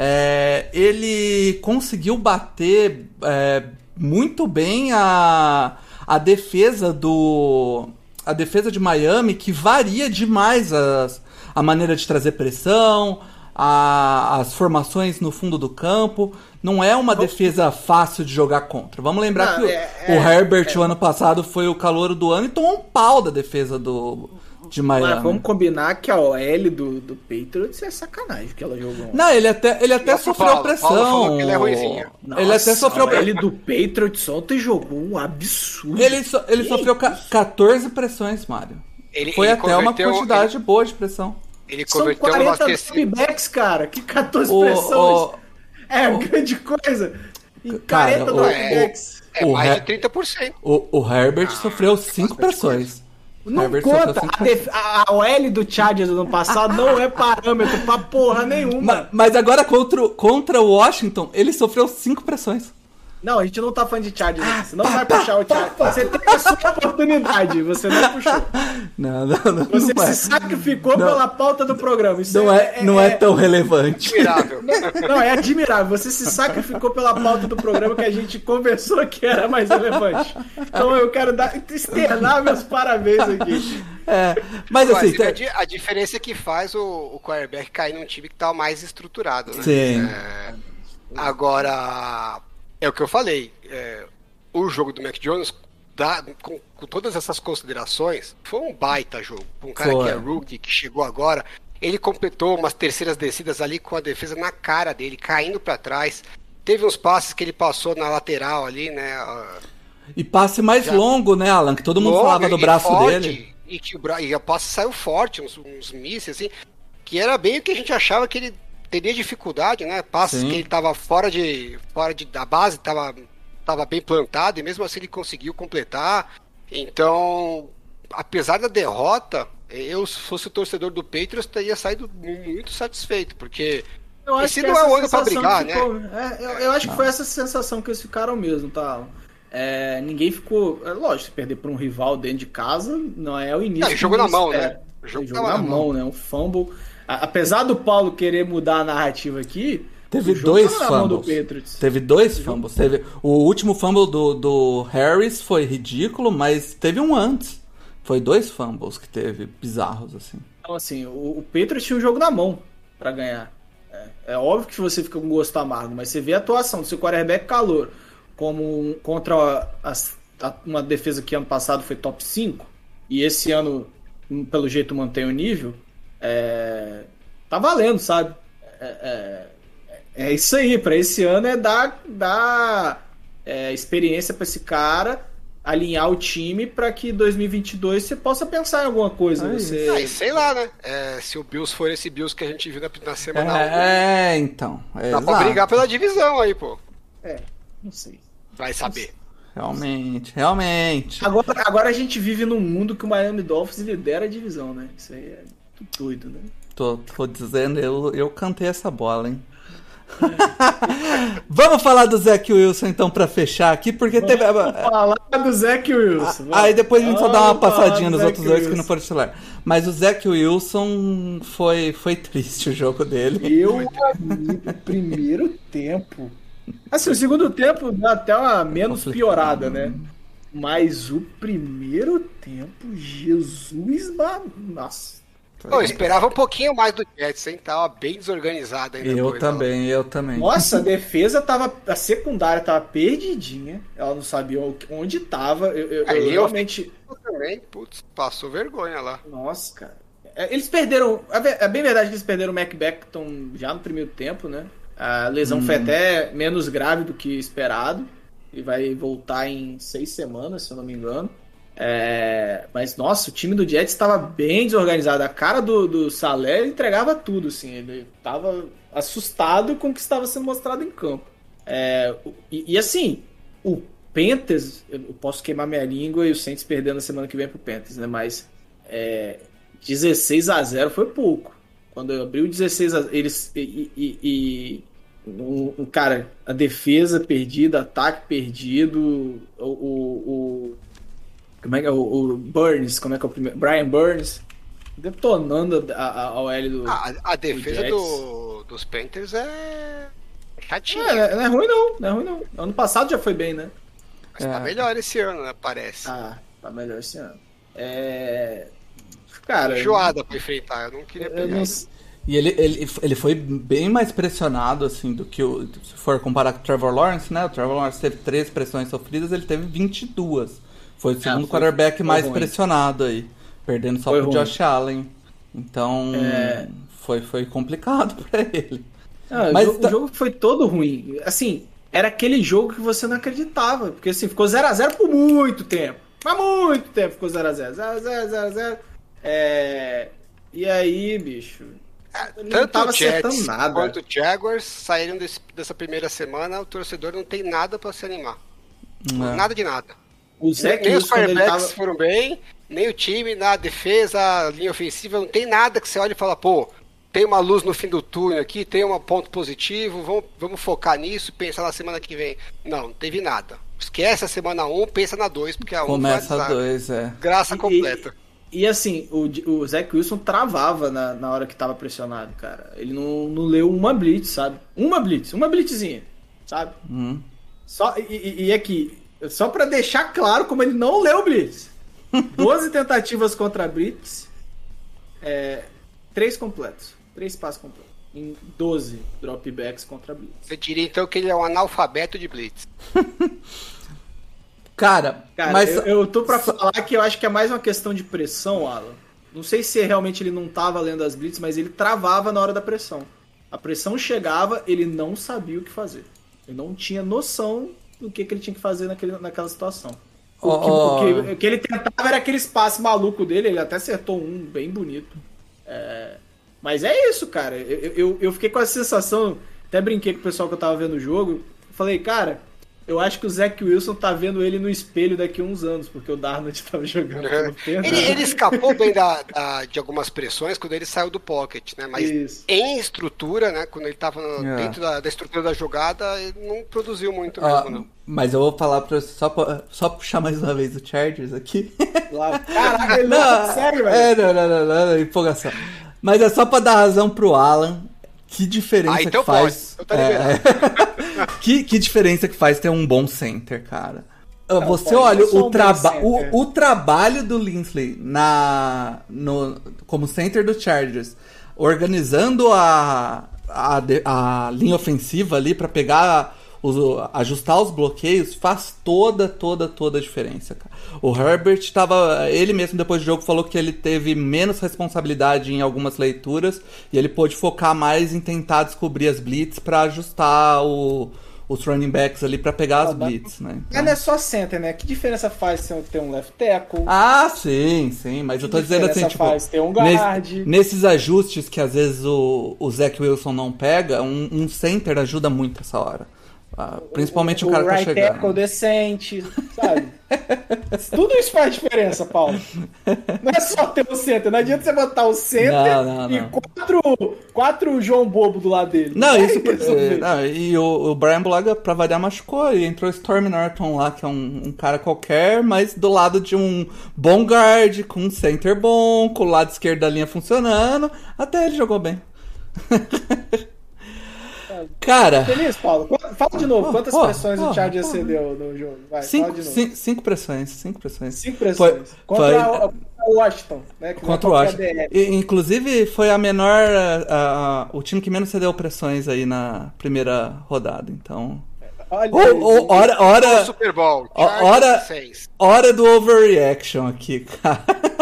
ele conseguiu bater muito bem a defesa de Miami, que varia demais a maneira de trazer pressão, as formações no fundo do campo. Não é uma defesa fácil de jogar contra. Vamos lembrar que o Herbert, o ano passado, foi o calouro do ano e tomou um pau da defesa de Miami. Mas vamos combinar que a OL do Patriots é sacanagem que ela jogou. Não, ele até sofreu pressão. Paulo falou que ele é ruimzinho. Ele até sofreu pressão. Ele do Patriots ontem jogou um absurdo. Ele sofreu 14 pressões, Mário. Foi até uma quantidade boa de pressão. Ele converteu são 40 dropbacks, cara. Que 14 pressões. É grande coisa. E 40 dropbacks. É mais de 30%. O Herbert sofreu 5 pressões. Não conta. A OL do Chargers do ano passado não é parâmetro pra porra nenhuma. Mas agora contra o Washington, ele sofreu 5 pressões. Não, a gente não tá falando de Chargers aqui. Você não vai puxar o Chargers. Você tem a sua oportunidade. Você não puxou. Não. Você se sacrificou pela pauta do programa. Isso não é tão relevante. Admirável. Não, é admirável. Você se sacrificou pela pauta do programa que a gente conversou que era mais relevante. Então eu quero externar meus parabéns aqui. Mas assim... A diferença é que faz o quarterback cair num time que tá mais estruturado, né? Sim. Agora... É o que eu falei, o jogo do Mac Jones, com todas essas considerações, foi um baita jogo. Um cara que é rookie, que chegou agora, ele completou umas terceiras descidas ali com a defesa na cara dele, caindo pra trás. Teve uns passes que ele passou na lateral ali, né? E passe mais longo, né, Alan? Que todo mundo falava do braço forte, dele. E a passe saiu forte, uns mísseis, assim, que era bem o que a gente achava que ele teria dificuldade, né? Passes Sim. que ele tava fora da base, tava bem plantado, e mesmo assim ele conseguiu completar. Então, apesar da derrota, eu, se fosse o torcedor do Patriots, teria saído muito satisfeito, porque Eu acho esse que não é essa o ano pra sensação brigar, ficou- né? eu acho que foi essa sensação que eles ficaram mesmo, tá? Ninguém ficou. Lógico, se perder pra um rival dentro de casa não é o início. É, jogo que na ninguém mão, espera. né? É Jogo jogo tava na na mão, né? Um fumble. Apesar do Paulo querer mudar a narrativa aqui, Teve o jogo 2 tava na mão do fumbles. Patriots. Teve 2 fumbles. O último fumble do Harris foi ridículo, mas teve um antes. Foi 2 fumbles que teve, bizarros, assim. Então, assim, o Patriots tinha um jogo na mão pra ganhar. É óbvio que você fica com gosto amargo, mas você vê a atuação do seu quarterback calor como contra uma defesa que ano passado foi top 5 e esse ano, pelo jeito, mantém o nível, tá valendo, sabe? É isso aí, pra esse ano é dar experiência pra esse cara, alinhar o time pra que 2022 você possa pensar em alguma coisa. Ah, e sei lá, né? Se o Bills for esse Bills que a gente viu na semana 1, Então. dá pra brigar pela divisão aí, pô. Não sei. Vai saber. Realmente. Agora a gente vive num mundo que o Miami Dolphins lidera a divisão, né? Isso aí é tudo doido, né? Tô dizendo, eu cantei essa bola, hein? Vamos falar do Zach Wilson então pra fechar aqui, porque teve. Falar do Zach Wilson. Aí depois a gente só dá uma Vamos falar passadinha do nos Zach outros dois que Wilson. não foram titular. Mas o Zach Wilson foi triste o jogo dele. Eu vi o primeiro tempo. Assim, o segundo tempo dá até uma menos piorada, né? Mas o primeiro tempo, Jesus, nossa. Eu esperava um pouquinho mais do Jets, hein? Tava bem desorganizado ainda. Eu também. Nossa, a defesa tava. A secundária tava perdidinha. Ela não sabia onde tava. Eu realmente. Também, putz, passou vergonha lá. Nossa, cara. Eles perderam. É bem verdade que eles perderam o Mac Becton já no primeiro tempo, né? A lesão foi até menos grave do que esperado. E vai voltar em 6 semanas, se eu não me engano. Mas, nossa, o time do Jets estava bem desorganizado. A cara do Saleh entregava tudo, assim. Ele estava assustado com o que estava sendo mostrado em campo. Assim, o Panthers, eu posso queimar minha língua e o Saints perdendo na semana que vem pro Panthers, né? Mas 16-0 foi pouco. Quando eu abri o 16-0, eles cara, a defesa perdida, ataque perdido, como é que é o Burns, como é que é o primeiro? Brian Burns detonando a OL do A defesa dos Panthers é chatinha. não é ruim não. Ano passado já foi bem, né? Mas tá melhor esse ano, né? Parece. Tá melhor esse ano. Cara, Enjoada pra enfrentar, eu não queria pegar. E ele foi bem mais pressionado, assim, do que se for comparar com o Trevor Lawrence, né? O Trevor Lawrence teve 3 pressões sofridas, ele teve 22. Foi o segundo quarterback mais ruim. Pressionado aí, perdendo só pro Josh Allen. Então, foi complicado pra ele. Mas o jogo foi todo ruim. Assim, era aquele jogo que você não acreditava, porque assim, ficou 0-0 por muito tempo. Mas muito tempo ficou 0-0. 0-0. E aí, bicho... Tanto o Jets quanto o Jaguars saíram dessa primeira semana, o torcedor não tem nada pra se animar. Nada de nada. Nem os quarterbacks foram bem, nem o time, na defesa, a linha ofensiva, não tem nada que você olhe e fala, pô, tem uma luz no fim do túnel aqui, tem um ponto positivo, vamos focar nisso, pensar na semana que vem. Não teve nada. Esquece a semana 1, pensa na 2, porque a 1 começa a 2, graça completa. E assim, o Zach Wilson travava na hora que tava pressionado, cara. Ele não leu uma blitz, sabe? Uma blitzzinha, sabe? E aqui, só pra deixar claro como ele não leu blitz. 12 tentativas contra a blitz, 3 completos, 3 passos completos. Em 12 dropbacks contra a blitz. Você diria então que ele é um analfabeto de blitz. Cara, mas eu tô pra falar que eu acho que é mais uma questão de pressão, Alan. Não sei se realmente ele não tava lendo as blitz, mas ele travava na hora da pressão. A pressão chegava, ele não sabia o que fazer. Ele não tinha noção do que ele tinha que fazer naquela situação. O que ele tentava era aquele espaço maluco dele, ele até acertou um bem bonito. Mas é isso, cara. Eu fiquei com a sensação, até brinquei com o pessoal que eu tava vendo o jogo, falei, cara, eu acho que o Zach Wilson tá vendo ele no espelho daqui a uns anos, porque o Darnold tava jogando pelo tempo. Ele escapou bem de algumas pressões quando ele saiu do pocket, né? Mas Isso. em estrutura, né? Quando ele tava dentro da estrutura da jogada, ele não produziu muito mesmo, não. Mas eu vou falar pra você, só puxar mais uma vez o Chargers aqui. Caraca, ele não consegue, velho. Não, empolgação. Mas é só pra dar razão pro Alan. Que diferença então que faz. Pode. Eu tô liberado. Que diferença que faz ter um bom center, cara. Você pode, olha eu sou um bom center. o trabalho do Linsley como center do Chargers, organizando a linha ofensiva ali pra pegar, ajustar os bloqueios, faz toda a diferença, cara. O Herbert ele mesmo depois do jogo falou que ele teve menos responsabilidade em algumas leituras e ele pôde focar mais em tentar descobrir as blitz pra ajustar os running backs ali pra pegar as blitz, né? Mas não é só center, né? Que diferença faz se eu ter um left tackle? Ah, sim, mas eu tô dizendo assim, tipo, faz ter um guard? Nesses ajustes que às vezes o Zach Wilson não pega, um center ajuda muito essa hora. Principalmente o cara que tá chegando. Right tackle decente, sabe? Tudo isso faz diferença, Paulo. Não é só ter o center. Não adianta você botar o center e quatro João Bobo do lado dele. E o Brian Bulaga, pra variar, machucou. E entrou o Storm Norton lá, que é um cara qualquer, mas do lado de um bom guard, com um center bom, com o lado esquerdo da linha funcionando. Até ele jogou bem. Cara... Feliz, Paulo? Fala de novo. Quantas pressões o Chargers cedeu no jogo? Vai, fala de novo. 5 pressões. 5 pressões. Contra o Washington, né? Contra o Washington. Inclusive, foi a menor... o time que menos cedeu pressões aí na primeira rodada. Então... Hora Super Bowl. Hora do overreaction aqui, cara.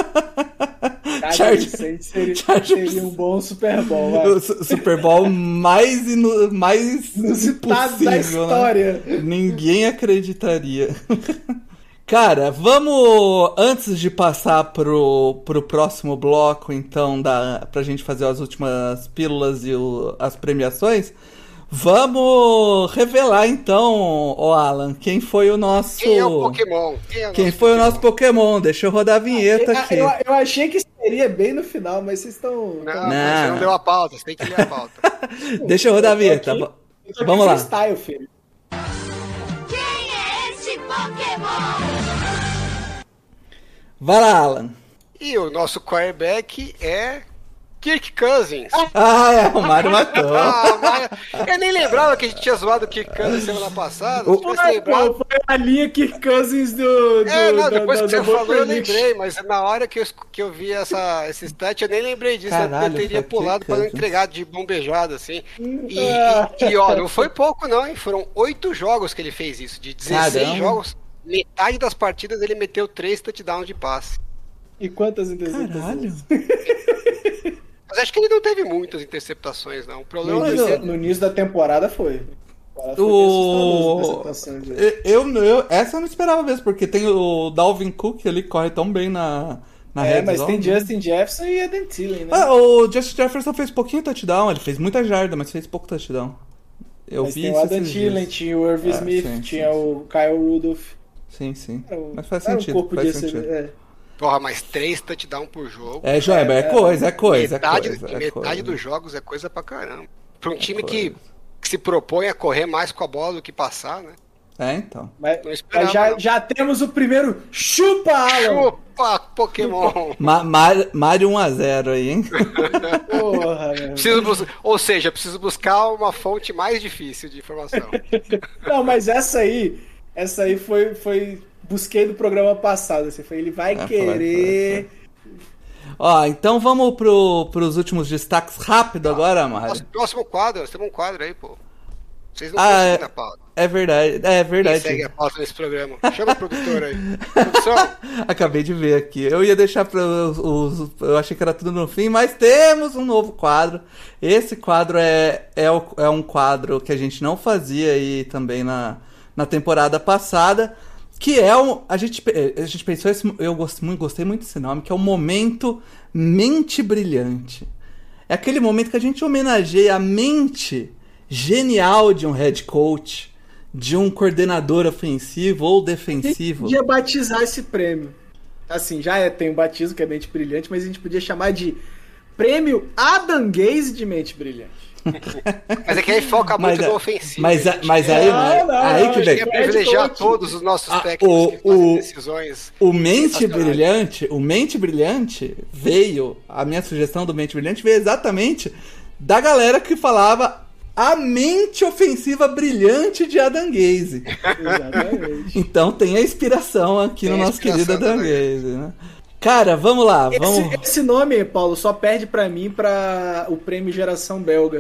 Seria um bom Super Bowl, vai. O Super Bowl mais inusitado da história. Né? Ninguém acreditaria. Cara, vamos, antes de passar pro próximo bloco, então, pra gente fazer as últimas pílulas e as premiações, vamos revelar, então, Alan, quem foi o nosso... Quem é o Pokémon? Quem foi o nosso Pokémon? Deixa eu rodar a vinheta aqui. Eu achei que seria bem no final, mas vocês estão... Não, você não deu a pauta, você tem que ler a pauta. Deixa eu rodar a vinheta. Vamos lá. Freestyle, filho. Quem é esse Pokémon? Vai lá, Alan. E o nosso quarterback é... Kirk Cousins. O Mário matou. Eu nem lembrava que a gente tinha zoado o Kirk Cousins semana passada. Foi a linha Kirk Cousins depois que você falou eu lembrei, mas na hora que eu vi esse stat eu nem lembrei disso. Caralho, eu teria pulado para não entregar de bombejada, assim. E ó, não foi pouco não, hein? Foram 8 jogos que ele fez isso. De 16 jogos, metade das partidas ele meteu 3 touchdowns de passe. E quantas interceptações? Caralho. Mas acho que ele não teve muitas interceptações, não. O problema no início da temporada foi. Essa eu não esperava mesmo, porque tem o Dalvin Cook ali que corre tão bem na red mas zone, tem Justin Jefferson e Adam Thielen, né? O Justin Jefferson fez pouquinho touchdown, ele fez muita jarda, mas fez pouco touchdown. Mas tem o Adam Thielen, tinha o Irv Smith, tinha o Kyle Rudolph. Sim. Mas faz sentido. Porra, mas 3 touchdowns por jogo. É coisa. Metade dos jogos é coisa pra caramba. Pra um time que se propõe a correr mais com a bola do que passar, né? Então. Mas já temos o primeiro chupa, Alan! Chupa, Pokémon! Mario 1-0 aí, hein? Porra, preciso buscar uma fonte mais difícil de informação. Não, mas essa aí foi busquei do programa passado, assim, ele vai querer... Então vamos pros últimos destaques rápido agora, Mário. Nosso próximo quadro, nós temos um quadro aí, pô. Vocês não conseguem a pauta. É verdade. Quem segue a pauta nesse programa? Chama o produtor aí. Produção. Acabei de ver aqui. Eu ia deixar eu achei que era tudo no fim, mas temos um novo quadro. Esse quadro é um quadro que a gente não fazia aí também na temporada passada, que é a gente pensou, eu gostei muito desse nome, que é o Momento Mente Brilhante. É aquele momento que a gente homenageia a mente genial de um head coach, de um coordenador ofensivo ou A gente defensivo. podia batizar esse prêmio. Assim, tem um batismo que é Mente Brilhante, mas a gente podia chamar de Prêmio Adam Gaze de Mente Brilhante. Mas é que aí foca muito Mas, no ofensivo. mas, a gente mas quer- aí, não, aí que não, vem. quer privilegiar todos os nossos técnicos que fazem decisões. O Mente sensacionais. Brilhante veio, a minha sugestão do Mente Brilhante veio exatamente da galera que falava a mente ofensiva brilhante de Adam Gaze. Exatamente. Então tem a inspiração aqui Tem no a nosso inspiração querido do Adam Adam Gaze, né? Cara, vamos lá, vamos... Esse nome, Paulo, só perde pra mim pra o prêmio Geração Belga.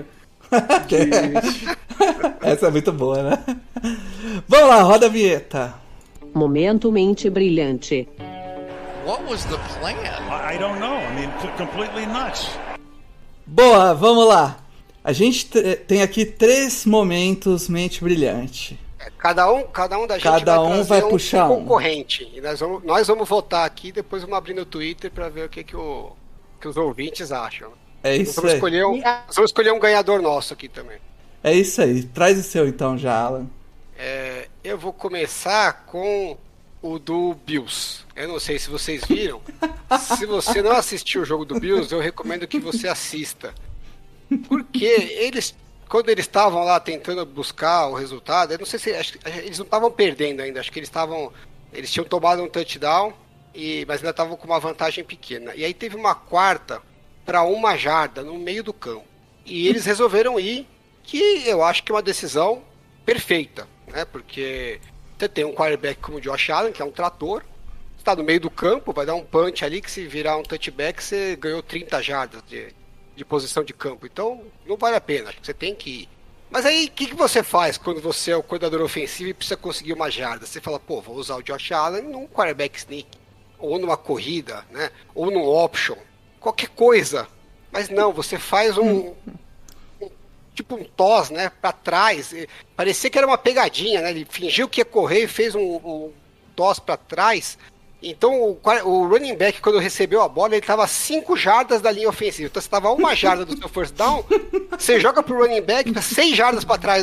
Essa é muito boa, né? Vamos lá, roda a vinheta. Momento Mente Brilhante. What was the plan? I don't know. I mean, completely nuts. Boa, vamos lá. A gente tem aqui 3 momentos Mente Brilhante. Cada um da gente Cada um trazer vai puxar um. concorrente. E nós vamos votar aqui, depois vamos abrir no Twitter pra ver o que os ouvintes acham. É Nós isso vamos aí. nós vamos escolher um ganhador nosso aqui também. É isso aí. Traz o seu então já, Alan. Eu vou começar com o do Bills. Eu não sei se vocês viram. Se você não assistiu o jogo do Bills, eu recomendo que você assista. Porque quando eles estavam lá tentando buscar o resultado, eu não sei se eles não estavam perdendo ainda, acho que eles tinham tomado um touchdown, mas ainda estavam com uma vantagem pequena. E aí teve uma quarta para 1 jarda no meio do campo. E eles resolveram ir, que eu acho que é uma decisão perfeita, né? Porque você tem um quarterback como o Josh Allen, que é um trator, está no meio do campo, vai dar um punch ali, que se virar um touchback, você ganhou 30 jardas de posição de campo. Então, não vale a pena. Acho que você tem que ir. Mas aí, o que você faz quando você é o coordenador ofensivo e precisa conseguir 1 jarda? Você fala, vou usar o Josh Allen num quarterback sneak, ou numa corrida, né? Ou num option, qualquer coisa. Mas não, você faz tipo um toss, né, pra trás. Parecia que era uma pegadinha, né? Ele fingiu que ia correr e fez um toss pra trás. Então o running back, quando recebeu a bola, ele estava 5 jardas da linha ofensiva. Então você estava 1 jarda do seu first down, você joga pro running back 6 jardas para trás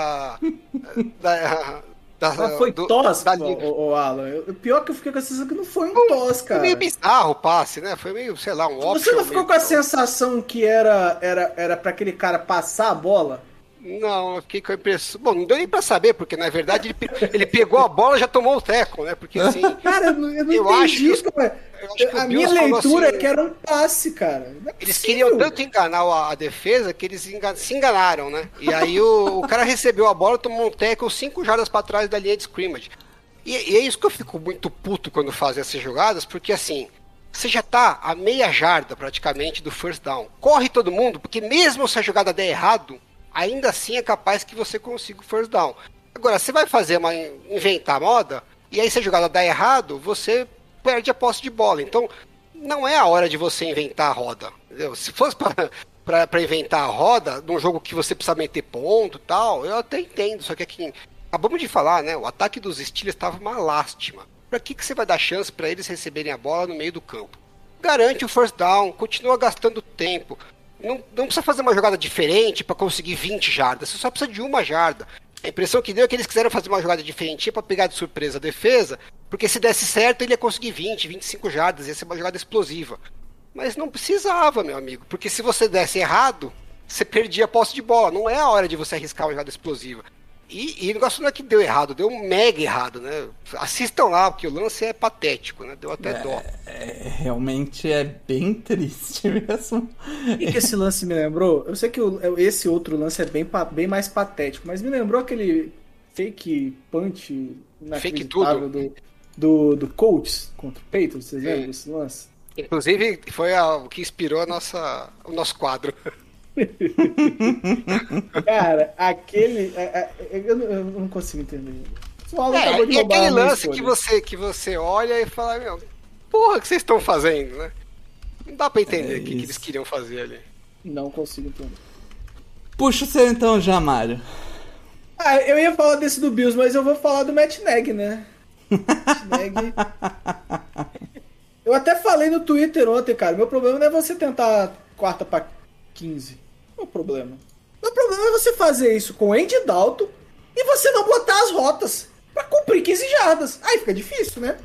Mas foi toss, da linha. Alan. O pior que eu fiquei com a sensação que não foi um toss, Foi cara. meio bizarro o passe, né? Foi meio, sei lá, um option. Você não ficou com a meio- sensação que era pra aquele cara passar a bola? Não, eu fiquei com a impressão. Bom, não deu nem pra saber, porque na verdade ele pegou a bola e já tomou o teco, né? Porque assim. Cara, eu não Eu acho entendi, que cara. eu acho que o A minha Bills falou leitura assim- é que era um passe, cara. Não é Eles possível. queriam tanto enganar a defesa que eles se enganaram, né? E aí o cara recebeu a bola, tomou um tackle 5 jardas pra trás da linha de scrimmage. E é isso que eu fico muito puto quando fazem essas jogadas, porque assim, você já tá a 1/2 jarda praticamente do first down. Corre todo mundo, porque mesmo se a jogada der errado, ainda assim é capaz que você consiga o first down. Agora, você vai inventar moda, e aí se a jogada der errado, você perde a posse de bola. Então, não é a hora de você inventar a roda. Entendeu? Se fosse para inventar a roda, num jogo que você precisa meter ponto e tal, eu até entendo. Só que aqui, acabamos de falar, né? O ataque dos Steelers estava uma lástima. Para que você vai dar chance para eles receberem a bola no meio do campo? Garante o first down, continua gastando tempo. Não precisa fazer uma jogada diferente para conseguir 20 jardas, você só precisa de 1 jarda. A impressão que deu é que eles quiseram fazer uma jogada diferente para pegar de surpresa a defesa, porque se desse certo ele ia conseguir 20, 25 jardas, ia ser uma jogada explosiva. Mas não precisava, meu amigo, porque se você desse errado, você perdia a posse de bola. Não é a hora de você arriscar uma jogada explosiva. E o negócio não é que deu errado, deu mega errado, né? Assistam lá, porque o lance é patético, né? Deu até dó. Realmente é bem triste mesmo. O que esse lance me lembrou? Eu sei que esse outro lance é bem mais patético, mas me lembrou aquele fake punch inacreditável do Colts contra o Patriots, vocês lembram desse lance? Inclusive, foi o que inspirou o nosso quadro. Cara, aquele... eu não consigo entender. O Alan É, acabou de e roubar aquele a minha lance escolha. que você olha e fala, meu, porra, o que vocês estão fazendo, né? Não dá pra entender o que eles queriam fazer ali. Não consigo entender. Puxa o seu então já, Mário. Ah, eu ia falar desse do Bills, mas eu vou falar do Matt Nagy, né? Matt Nagy... Eu até falei no Twitter ontem, cara. Meu problema não é você tentar quarta pra 15. Qual é o problema? O problema é você fazer isso com o Andy Dalton e você não botar as rotas pra cumprir 15 jardas. Aí fica difícil, né?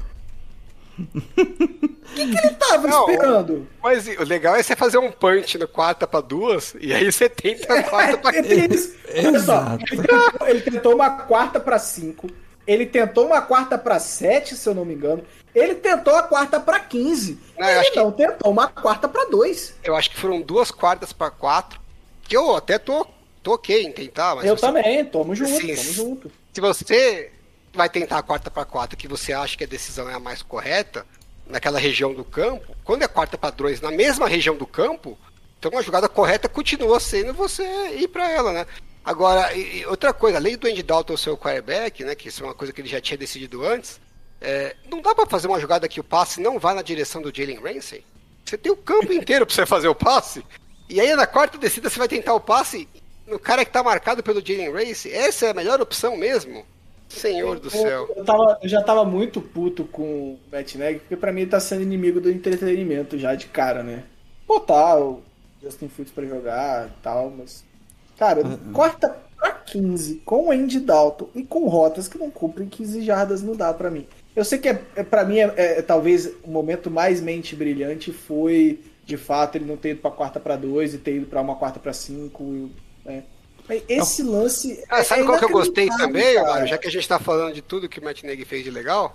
O que ele tava esperando? Mas o legal é você fazer um punch no 4-2 e aí você tenta a 4-15. Exato. Ele tentou uma 4-5. Ele tentou uma 4-7, se eu não me engano. Ele tentou a 4-15. Ele não tentou uma 4-2. Eu acho que foram 2 4-4. Que eu até tô ok em tentar. Mas eu também, tamo junto. Se você vai tentar a 4-4, que você acha que a decisão é a mais correta, naquela região do campo, quando é 4-2 na mesma região do campo, então a jogada correta continua sendo você ir pra ela, né? Agora, outra coisa, além do Andy Dalton ser o quarterback, né, que isso é uma coisa que ele já tinha decidido antes, não dá pra fazer uma jogada que o passe não vá na direção do Jalen Ramsey. Você tem o campo inteiro pra você fazer o passe, e aí na quarta descida você vai tentar o passe no cara que tá marcado pelo Jalen Ramsey. Essa é a melhor opção mesmo? Senhor do céu. Eu já tava muito puto com o Matt Nagy, porque pra mim ele tá sendo inimigo do entretenimento já de cara, né? Botar o Justin Fields pra jogar e tal, mas... Cara, corta pra 15 com o Andy Dalton e com rotas que não cumprem 15 jardas não dá pra mim. Eu sei que pra mim talvez o momento mais mente brilhante foi, de fato, ele não ter ido pra 4-2 e ter ido pra uma 4-5, né? Esse lance. Sabe qual que eu gostei também, Mário? Já que a gente tá falando de tudo que o Matt Nagy fez de legal,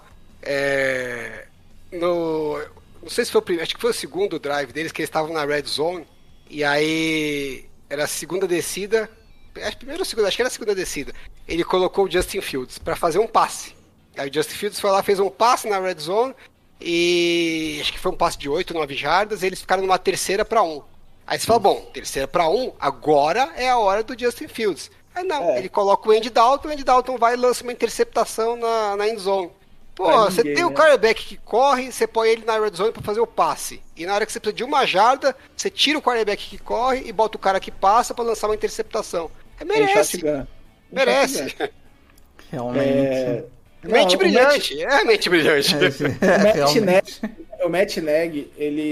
não sei se foi o primeiro, acho que foi o segundo drive deles, que eles estavam na red zone, e aí era a segunda descida, acho que era a segunda descida. Ele colocou o Justin Fields pra fazer um passe. Aí o Justin Fields foi lá, fez um passe na red zone, e acho que foi um passe de 8, 9 jardas, e eles ficaram numa 3-1. Aí você fala, bom, 3-1, agora é a hora do Justin Fields. Aí não, ele coloca o Andy Dalton vai e lança uma interceptação na end zone. Pô, você tem o quarterback que corre, você põe ele na red zone pra fazer o passe. E na hora que você precisa de uma jarda, você tira o quarterback que corre e bota o cara que passa pra lançar uma interceptação. Merece. Merece. Realmente. Mente brilhante. Mente brilhante. O Matt Nagy,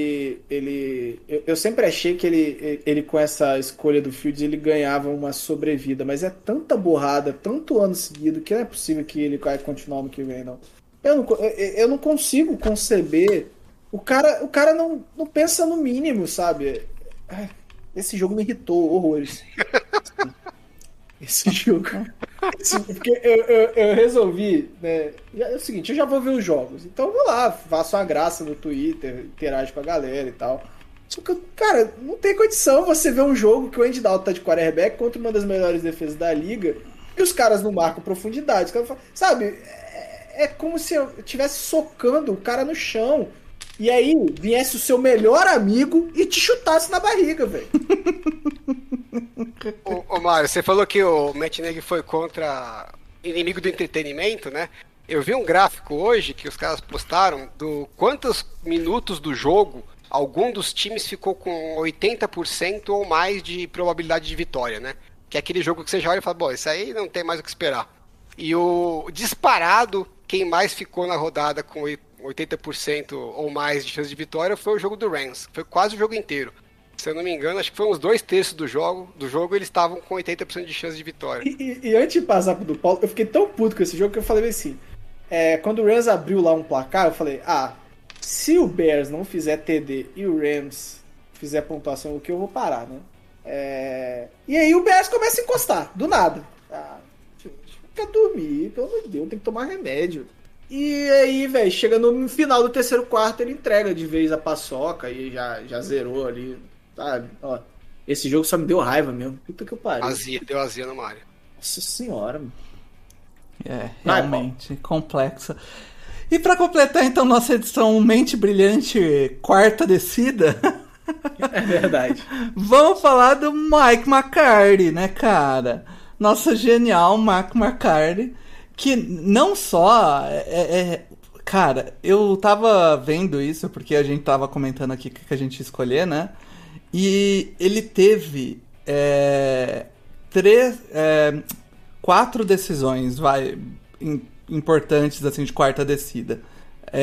eu sempre achei que ele com essa escolha do Fields, ele ganhava uma sobrevida, mas é tanta borrada, tanto ano seguido, que não é possível que ele vai continuar no que vem, não. Eu não consigo conceber. O cara não pensa no mínimo, sabe? Esse jogo me irritou horrores. Esse jogo. Porque eu resolvi, né? É o seguinte, eu já vou ver os jogos. Então eu vou lá, faço uma graça no Twitter, interajo com a galera e tal. Só que, cara, não tem condição você ver um jogo que o Andy Dalton tá de quarterback contra uma das melhores defesas da liga e os caras não marcam profundidade. Os caras falam, sabe? É como se eu estivesse socando o cara no chão. E aí viesse o seu melhor amigo e te chutasse na barriga, velho. Ô Mário, você falou que o Matt Nagy foi contra inimigo do entretenimento, né? Eu vi um gráfico hoje que os caras postaram do quantos minutos do jogo algum dos times ficou com 80% ou mais de probabilidade de vitória, né? Que é aquele jogo que você já olha e fala, bom, isso aí não tem mais o que esperar. E o disparado, quem mais ficou na rodada com 80% ou mais de chance de vitória foi o jogo do Rams. Foi quase o jogo inteiro. Se eu não me engano, acho que foi uns 2/3 do jogo eles estavam com 80% de chance de vitória. E antes de passar pro do Paulo, eu fiquei tão puto com esse jogo que eu falei assim, quando o Rams abriu lá um placar, eu falei, se o Bears não fizer TD e o Rams fizer pontuação, o que eu vou parar, né? E aí o Bears começa a encostar, do nada. Fica dormir, pelo amor de Deus, tem que tomar remédio. E aí, velho, chega no final do terceiro quarto, ele entrega de vez a paçoca e já zerou ali, sabe? Ó, esse jogo só me deu raiva mesmo. Puta que eu pariu. Deu azia no Mario. Nossa senhora, mano. Realmente complexa. E pra completar, então, nossa edição Mente Brilhante, quarta descida... É verdade. Vamos falar do Mike McCarthy, né, cara? Nossa genial Mike McCarthy, que não só cara, eu tava vendo isso porque a gente tava comentando aqui o que a gente ia escolher, né? E ele teve 4 decisões importantes assim de quarta descida.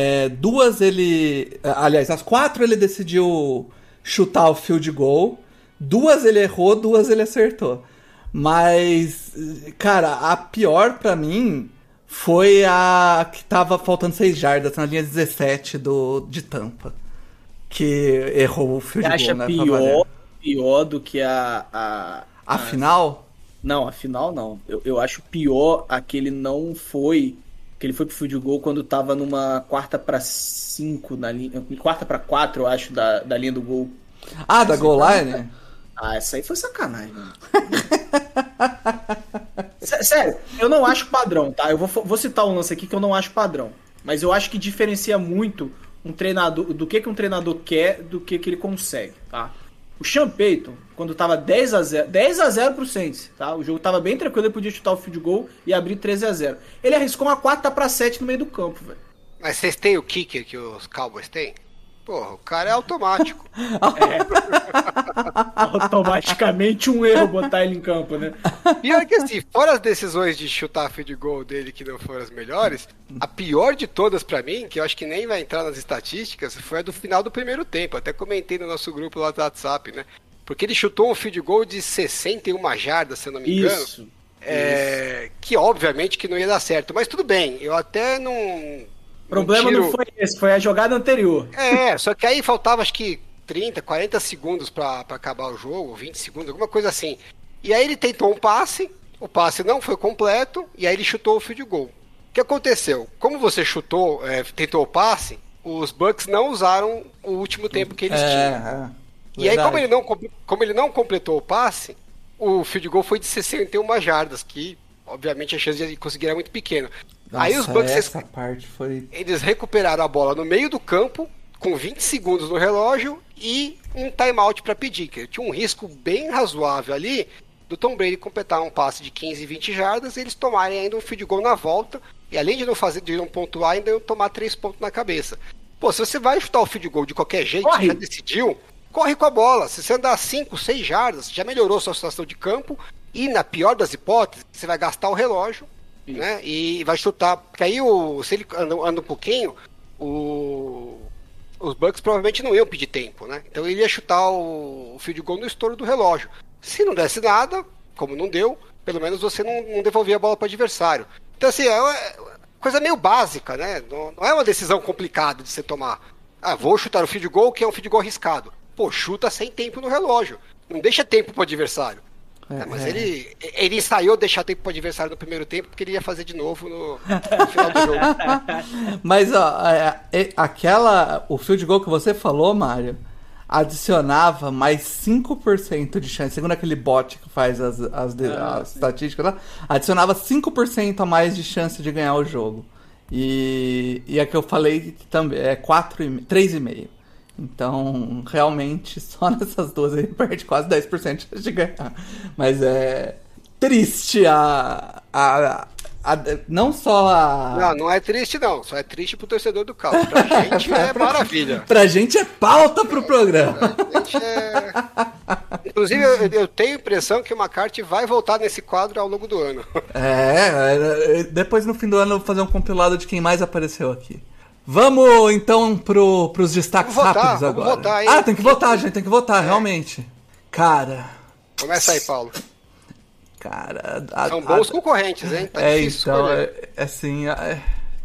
As 4 ele decidiu chutar o field goal. 2 ele errou, 2 ele acertou. Mas, cara, a pior pra mim foi a que tava faltando 6 jardas na linha 17 de Tampa. Que errou o field goal, Você acha né? pior do que a final? Não, a final não. Eu acho pior a que ele não foi... Que ele foi pro field goal quando tava numa 4-5 na linha... 4-4, eu acho, da linha do gol. Ah, da goal line? Ah, essa aí foi sacanagem, mano. Sério, eu não acho padrão, tá? Eu vou citar um lance aqui que eu não acho padrão. Mas eu acho que diferencia muito um treinador, do que um treinador quer do que ele consegue, tá? O Sean Payton, quando tava 10-0 pro Saints, tá? O jogo tava bem tranquilo, ele podia chutar o field goal e abrir 13-0. Ele arriscou uma 4-7 no meio do campo, velho. Mas vocês têm o kicker que os Cowboys têm? Porra, o cara é automático. Automaticamente um erro botar ele em campo, né? Pior que assim, fora as decisões de chutar field goal dele que não foram as melhores, a pior de todas pra mim, que eu acho que nem vai entrar nas estatísticas, foi a do final do primeiro tempo. Até comentei no nosso grupo lá do WhatsApp, né? Porque ele chutou um field goal de 61 jardas, se eu não me engano. Isso. Que obviamente que não ia dar certo. Mas tudo bem, eu até não... O problema não foi esse, foi a jogada anterior. Só que aí faltava acho que 30, 40 segundos pra acabar o jogo, 20 segundos, alguma coisa assim. E aí ele tentou um passe, o passe não foi completo, e aí ele chutou o field goal. O que aconteceu? Como você tentou o passe, os Bucks não usaram o último tempo que eles tinham. E aí como ele não completou o passe, o field goal foi de 61 jardas, que obviamente a chance de conseguir era muito pequena. Nossa, aí os Bucks, essa parte foi... eles recuperaram a bola no meio do campo, com 20 segundos no relógio e um timeout para pedir, que tinha um risco bem razoável ali do Tom Brady completar um passe de 15, 20 jardas e eles tomarem ainda um field goal na volta, e além de não pontuar, ainda iam tomar 3 pontos na cabeça. Pô, se você vai chutar o field goal de qualquer jeito, você já decidiu, corre com a bola. Se você andar 5, 6 jardas, já melhorou sua situação de campo, e na pior das hipóteses, você vai gastar o relógio, né? E vai chutar, porque aí se ele anda um pouquinho, os Bucks provavelmente não iam pedir tempo, né? Então ele ia chutar o field goal no estouro do relógio. Se não desse nada, como não deu, pelo menos você não devolvia a bola para o adversário. Então assim, é uma coisa meio básica, né? Não é uma decisão complicada de você tomar. Vou chutar o field goal, que é um field goal arriscado. Pô, chuta sem tempo no relógio. Não deixa tempo para o adversário. Mas ele ensaiou deixar tempo para o adversário no primeiro tempo, porque ele ia fazer de novo no final do jogo. Mas o field goal que você falou, Mário, adicionava mais 5% de chance, segundo aquele bot que faz as estatísticas lá, adicionava 5% a mais de chance de ganhar o jogo. E a que eu falei também é 3,5%. Então, realmente, só nessas duas ele perde quase 10% de ganhar. Mas é triste não só a... Não é triste não, só é triste pro torcedor do Calvo. Pra gente é maravilha. Pra gente é pauta pro programa. Pra gente Inclusive, eu tenho a impressão que o McCarthy vai voltar nesse quadro ao longo do ano. Depois no fim do ano eu vou fazer um compilado de quem mais apareceu aqui. Vamos então pros destaques rápidos agora. Vamos votar aí. Tem que votar, gente, tem que votar, realmente. Cara... Começa aí, Paulo. Cara... São bons concorrentes, hein? Tá difícil escolher.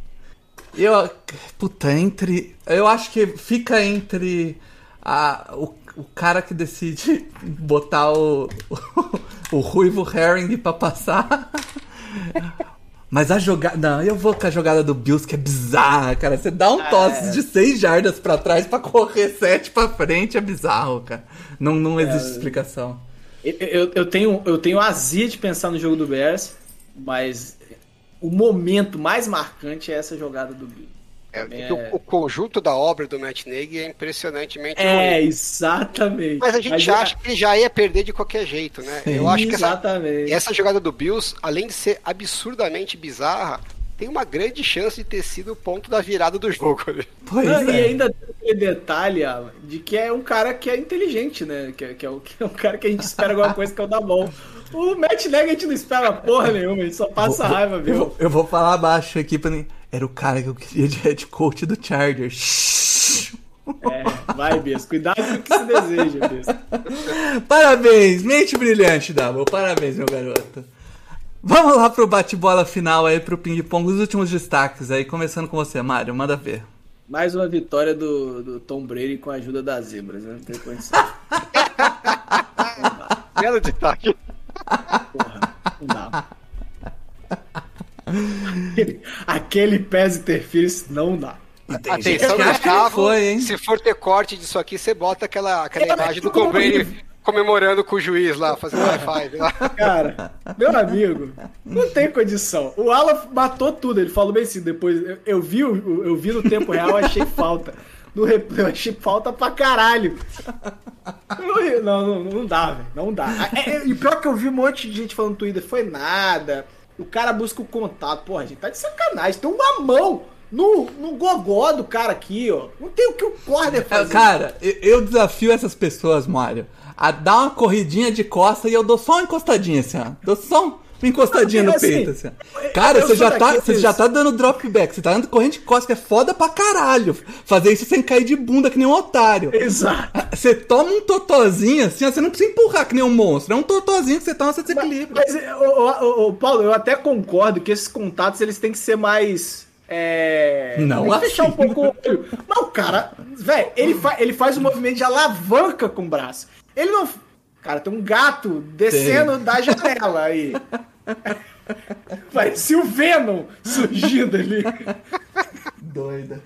Eu acho que fica entre o cara que decide botar o Ruivo Herring pra passar... Mas a jogada... Não, eu vou com a jogada do Bills, que é bizarra, cara. Você dá um tosse de 6 jardas pra trás pra correr 7 pra frente, é bizarro, cara. Não existe explicação. Eu tenho azia de pensar no jogo do Bears, mas o momento mais marcante é essa jogada do Bills. O conjunto da obra do Matt Nagy é impressionantemente ruim. Exatamente. Mas a gente acha que ele já ia perder de qualquer jeito, né? Sim, eu acho que essa jogada do Bills, além de ser absurdamente bizarra, tem uma grande chance de ter sido o ponto da virada do jogo. E ainda tem aquele detalhe, de que é um cara que é inteligente, né? Que é um cara que a gente espera alguma coisa que é o da bom. O Matt Nagy a gente não espera porra nenhuma, a gente só passa raiva, viu? Eu vou falar baixo aqui pra mim. Era o cara que eu queria de head coach do Chargers. Vai, Bess. Cuidado com o que se deseja, Bess. Parabéns, mente brilhante, Davo. Parabéns, meu garoto. Vamos lá pro bate-bola final aí, pro ping-pong, os últimos destaques aí, começando com você, Mário, manda ver. Mais uma vitória do Tom Brady com a ajuda das zebras, né? Não tem condição. Belo destaque. Porra, não dá. Aquele pés interference não dá. Atenção, que acha que Gustavo, foi, hein? se for ter corte disso aqui, você bota aquela imagem do Tom Brady comemorando com o juiz lá, fazendo high five lá. Cara, meu amigo, não tem condição. O Alan matou tudo, ele falou bem assim, depois, eu vi no tempo real, achei falta. No replay, eu achei falta pra caralho. Não dá, velho, não dá. E pior que eu vi um monte de gente falando no Twitter, foi nada, o cara busca o contato, porra, a gente tá de sacanagem, tem uma mão no gogó do cara aqui, ó. Não tem o que o corner fazer. Cara, eu desafio essas pessoas, Mário, a dar uma corridinha de costa e eu dou só uma encostadinha assim, ó. Dou só uma encostadinha no peito, assim. Cara, você já tá dando drop back, você tá dando corrente de costa, que é foda pra caralho. Fazer isso sem cair de bunda que nem um otário. Exato. Você toma um totozinho assim, ó, você não precisa empurrar que nem um monstro. É um totozinho que você toma, você desequilibra. Mas Paulo, eu até concordo que esses contatos, eles têm que ser mais... Não, tem que assim. fechar um pouco o olho. Mas o cara, velho, ele faz um movimento de alavanca com o braço. Ele não... Cara, tem um gato descendo da janela aí. Parecia o Venom surgindo ali. Doida.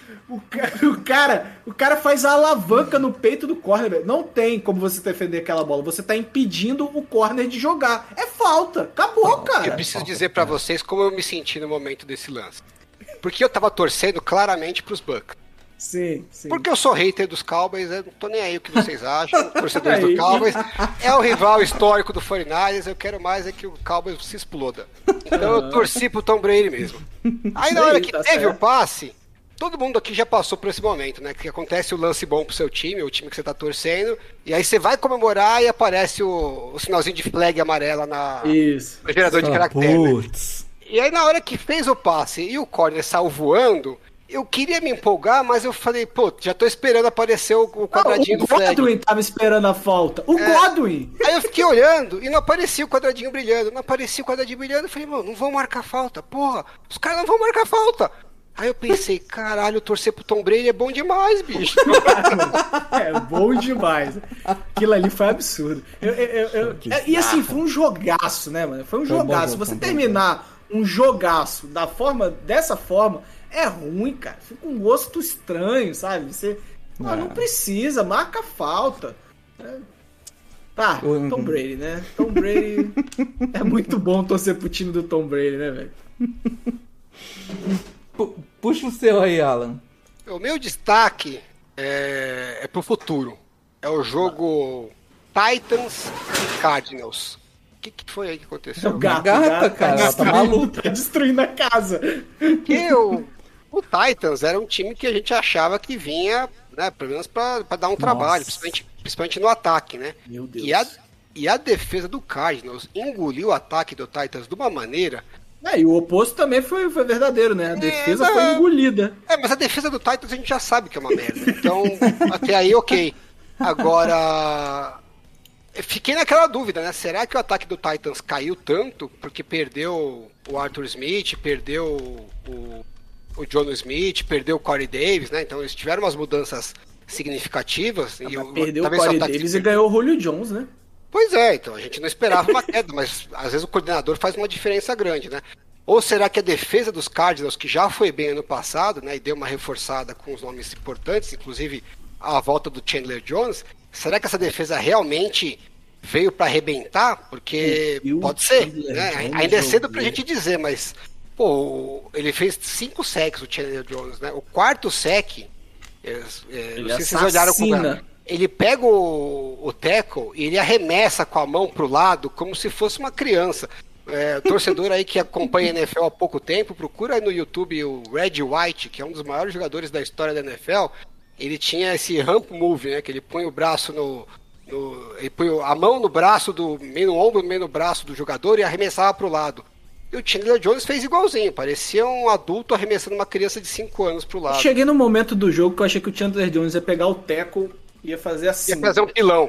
O cara faz a alavanca no peito do corner, velho. Não tem como você defender aquela bola. Você tá impedindo o corner de jogar. É falta. Acabou, cara. Eu preciso dizer pra vocês como eu me senti no momento desse lance. Porque eu tava torcendo claramente pros Bucks. Sim. Porque eu sou hater dos Cowboys, eu não tô nem aí o que vocês acham, torcedores do Cowboys. É o rival histórico do 49ers, eu quero mais é que o Cowboys se exploda. Então eu torci pro Tom Brady mesmo. Aí na hora que teve o passe, todo mundo aqui já passou por esse momento, né? Que acontece o lance bom pro seu time, o time que você tá torcendo, e aí você vai comemorar e aparece o sinalzinho de flag amarela no gerador de caractere. Putz. E aí na hora que fez o passe e o corner saiu voando, eu queria me empolgar, mas eu falei, pô, já tô esperando aparecer o quadradinho do flag. O Godwin tava esperando a falta. O Godwin! Aí eu fiquei olhando e não aparecia o quadradinho brilhando. Eu falei, mano, não vão marcar falta. Porra, os caras não vão marcar falta. Aí eu pensei, caralho, torcer pro Tom Brady é bom demais, bicho. É bom demais. Aquilo ali foi absurdo. E assim, foi um jogaço, né, mano? Foi um jogaço. Se você terminar um jogaço dessa forma, é ruim, cara. Fica um gosto estranho, sabe? Você não precisa, marca a falta. Tá, Tom Brady, né? Tom Brady é muito bom torcer pro time do Tom Brady, né, velho? Puxa o seu aí, Alan. O meu destaque é pro futuro. É o jogo Titans e Cardinals. O que foi aí que aconteceu? O gato, cara, tá maluco. Tá destruindo a casa. Porque o Titans era um time que a gente achava que vinha, né, pelo menos pra dar um trabalho, principalmente no ataque, né? Meu Deus. E a defesa do Cardinals engoliu o ataque do Titans de uma maneira... E o oposto também foi verdadeiro, né? A defesa foi engolida. Mas a defesa do Titans a gente já sabe que é uma merda. Então, até aí, ok. Agora... Eu fiquei naquela dúvida, né? Será que o ataque do Titans caiu tanto porque perdeu o Arthur Smith, perdeu o John Smith, perdeu o Corey Davis, né? Então eles tiveram umas mudanças significativas. Perdeu o Corey Davis e ganhou o Julio Jones, né? Pois é, então a gente não esperava uma queda, mas às vezes o coordenador faz uma diferença grande, né? Ou será que a defesa dos Cardinals, que já foi bem ano passado, né? E deu uma reforçada com os nomes importantes, inclusive a volta do Chandler Jones, será que essa defesa realmente veio para arrebentar? Porque pode ser, né? Ainda é cedo pra gente dizer, mas pô, ele fez 5 sacks, o Chandler Jones, né? O quarto sack, não sei se vocês olharam como ele pega o tackle e ele arremessa com a mão pro lado como se fosse uma criança. Torcedor aí que acompanha a NFL há pouco tempo, procura aí no YouTube o Red White, que é um dos maiores jogadores da história da NFL. Ele tinha esse ramp move, né? Que ele põe o braço ele põe a mão no braço meio no ombro, meio no braço do jogador e arremessava pro lado. E o Chandler Jones fez igualzinho, parecia um adulto arremessando uma criança de 5 anos pro lado. Cheguei no momento do jogo que eu achei que o Chandler Jones ia pegar o tackle e ia fazer assim. Ia fazer um pilão.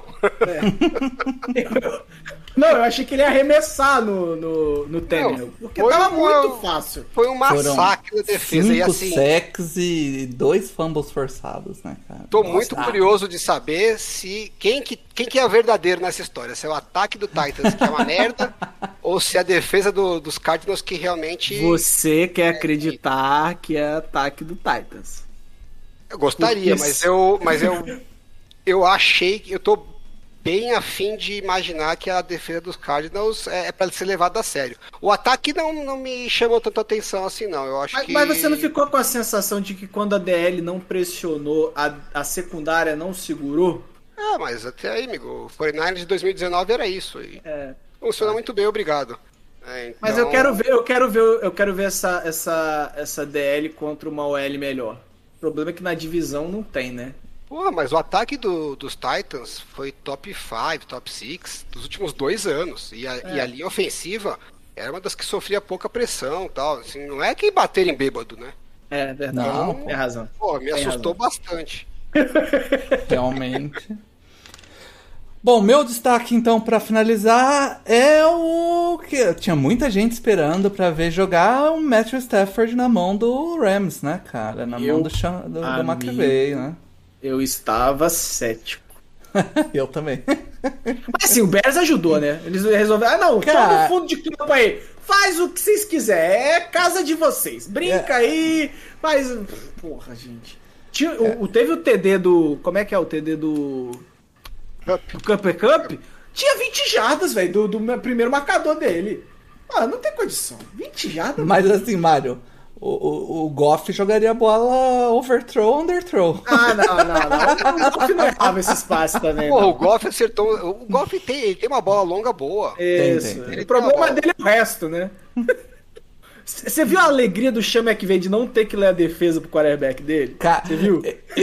Não, eu achei que ele ia arremessar no Tannehill, porque tava muito fácil. Foi um massacre da defesa. 5 e assim, sacks e 2 fumbles forçados, né, cara? tô muito curioso de saber se quem que é o verdadeiro nessa história. Se é o ataque do Titans, que é uma merda, ou se é a defesa dos Cardinals que realmente... Você quer acreditar que é ataque do Titans. Eu gostaria, mas eu achei que... Eu tô bem afim de imaginar que a defesa dos Cardinals é para ser levada a sério. O ataque não me chamou tanta atenção assim, não. Eu acho Mas você não ficou com a sensação de que quando a DL não pressionou, a secundária não segurou? Ah, mas até aí, amigo. O 49ers de 2019 era isso. Funciona muito bem, obrigado. Então... Mas eu quero ver essa DL contra uma OL melhor. O problema é que na divisão não tem, né? Pô, mas o ataque dos Titans foi top 5, top 6 dos últimos 2 anos. E a linha ofensiva era uma das que sofria pouca pressão e tal. Assim, não é quem bater em bêbado, né? É verdade. Não, tem razão. Pô, me assustou bastante. Realmente. Bom, meu destaque então pra finalizar é o que tinha muita gente esperando pra ver jogar o Matthew Stafford na mão do Rams, né, cara? Na mão do McVay, né? Eu estava cético. Eu também. Mas assim, o Bears ajudou, né? Eles resolveram, toma o fundo de campo aí. Faz o que vocês quiserem. É casa de vocês. Brinca aí. Faz... Porra, gente. Teve o TD do... Como é que é o TD do Cooper Kupp? Tinha 20 jardas, velho, do primeiro marcador dele. Ah, não tem condição. 20 jardas? Mas assim, Mário... O Goff jogaria a bola overthrow, underthrow. Ah, não. O Goff não errava esse espaço também. Pô, o Goff acertou. O Goff tem uma bola longa boa. Isso. O problema dele é o resto, né? Você viu a alegria do Sean McVay de não ter que ler a defesa pro quarterback dele? Você viu?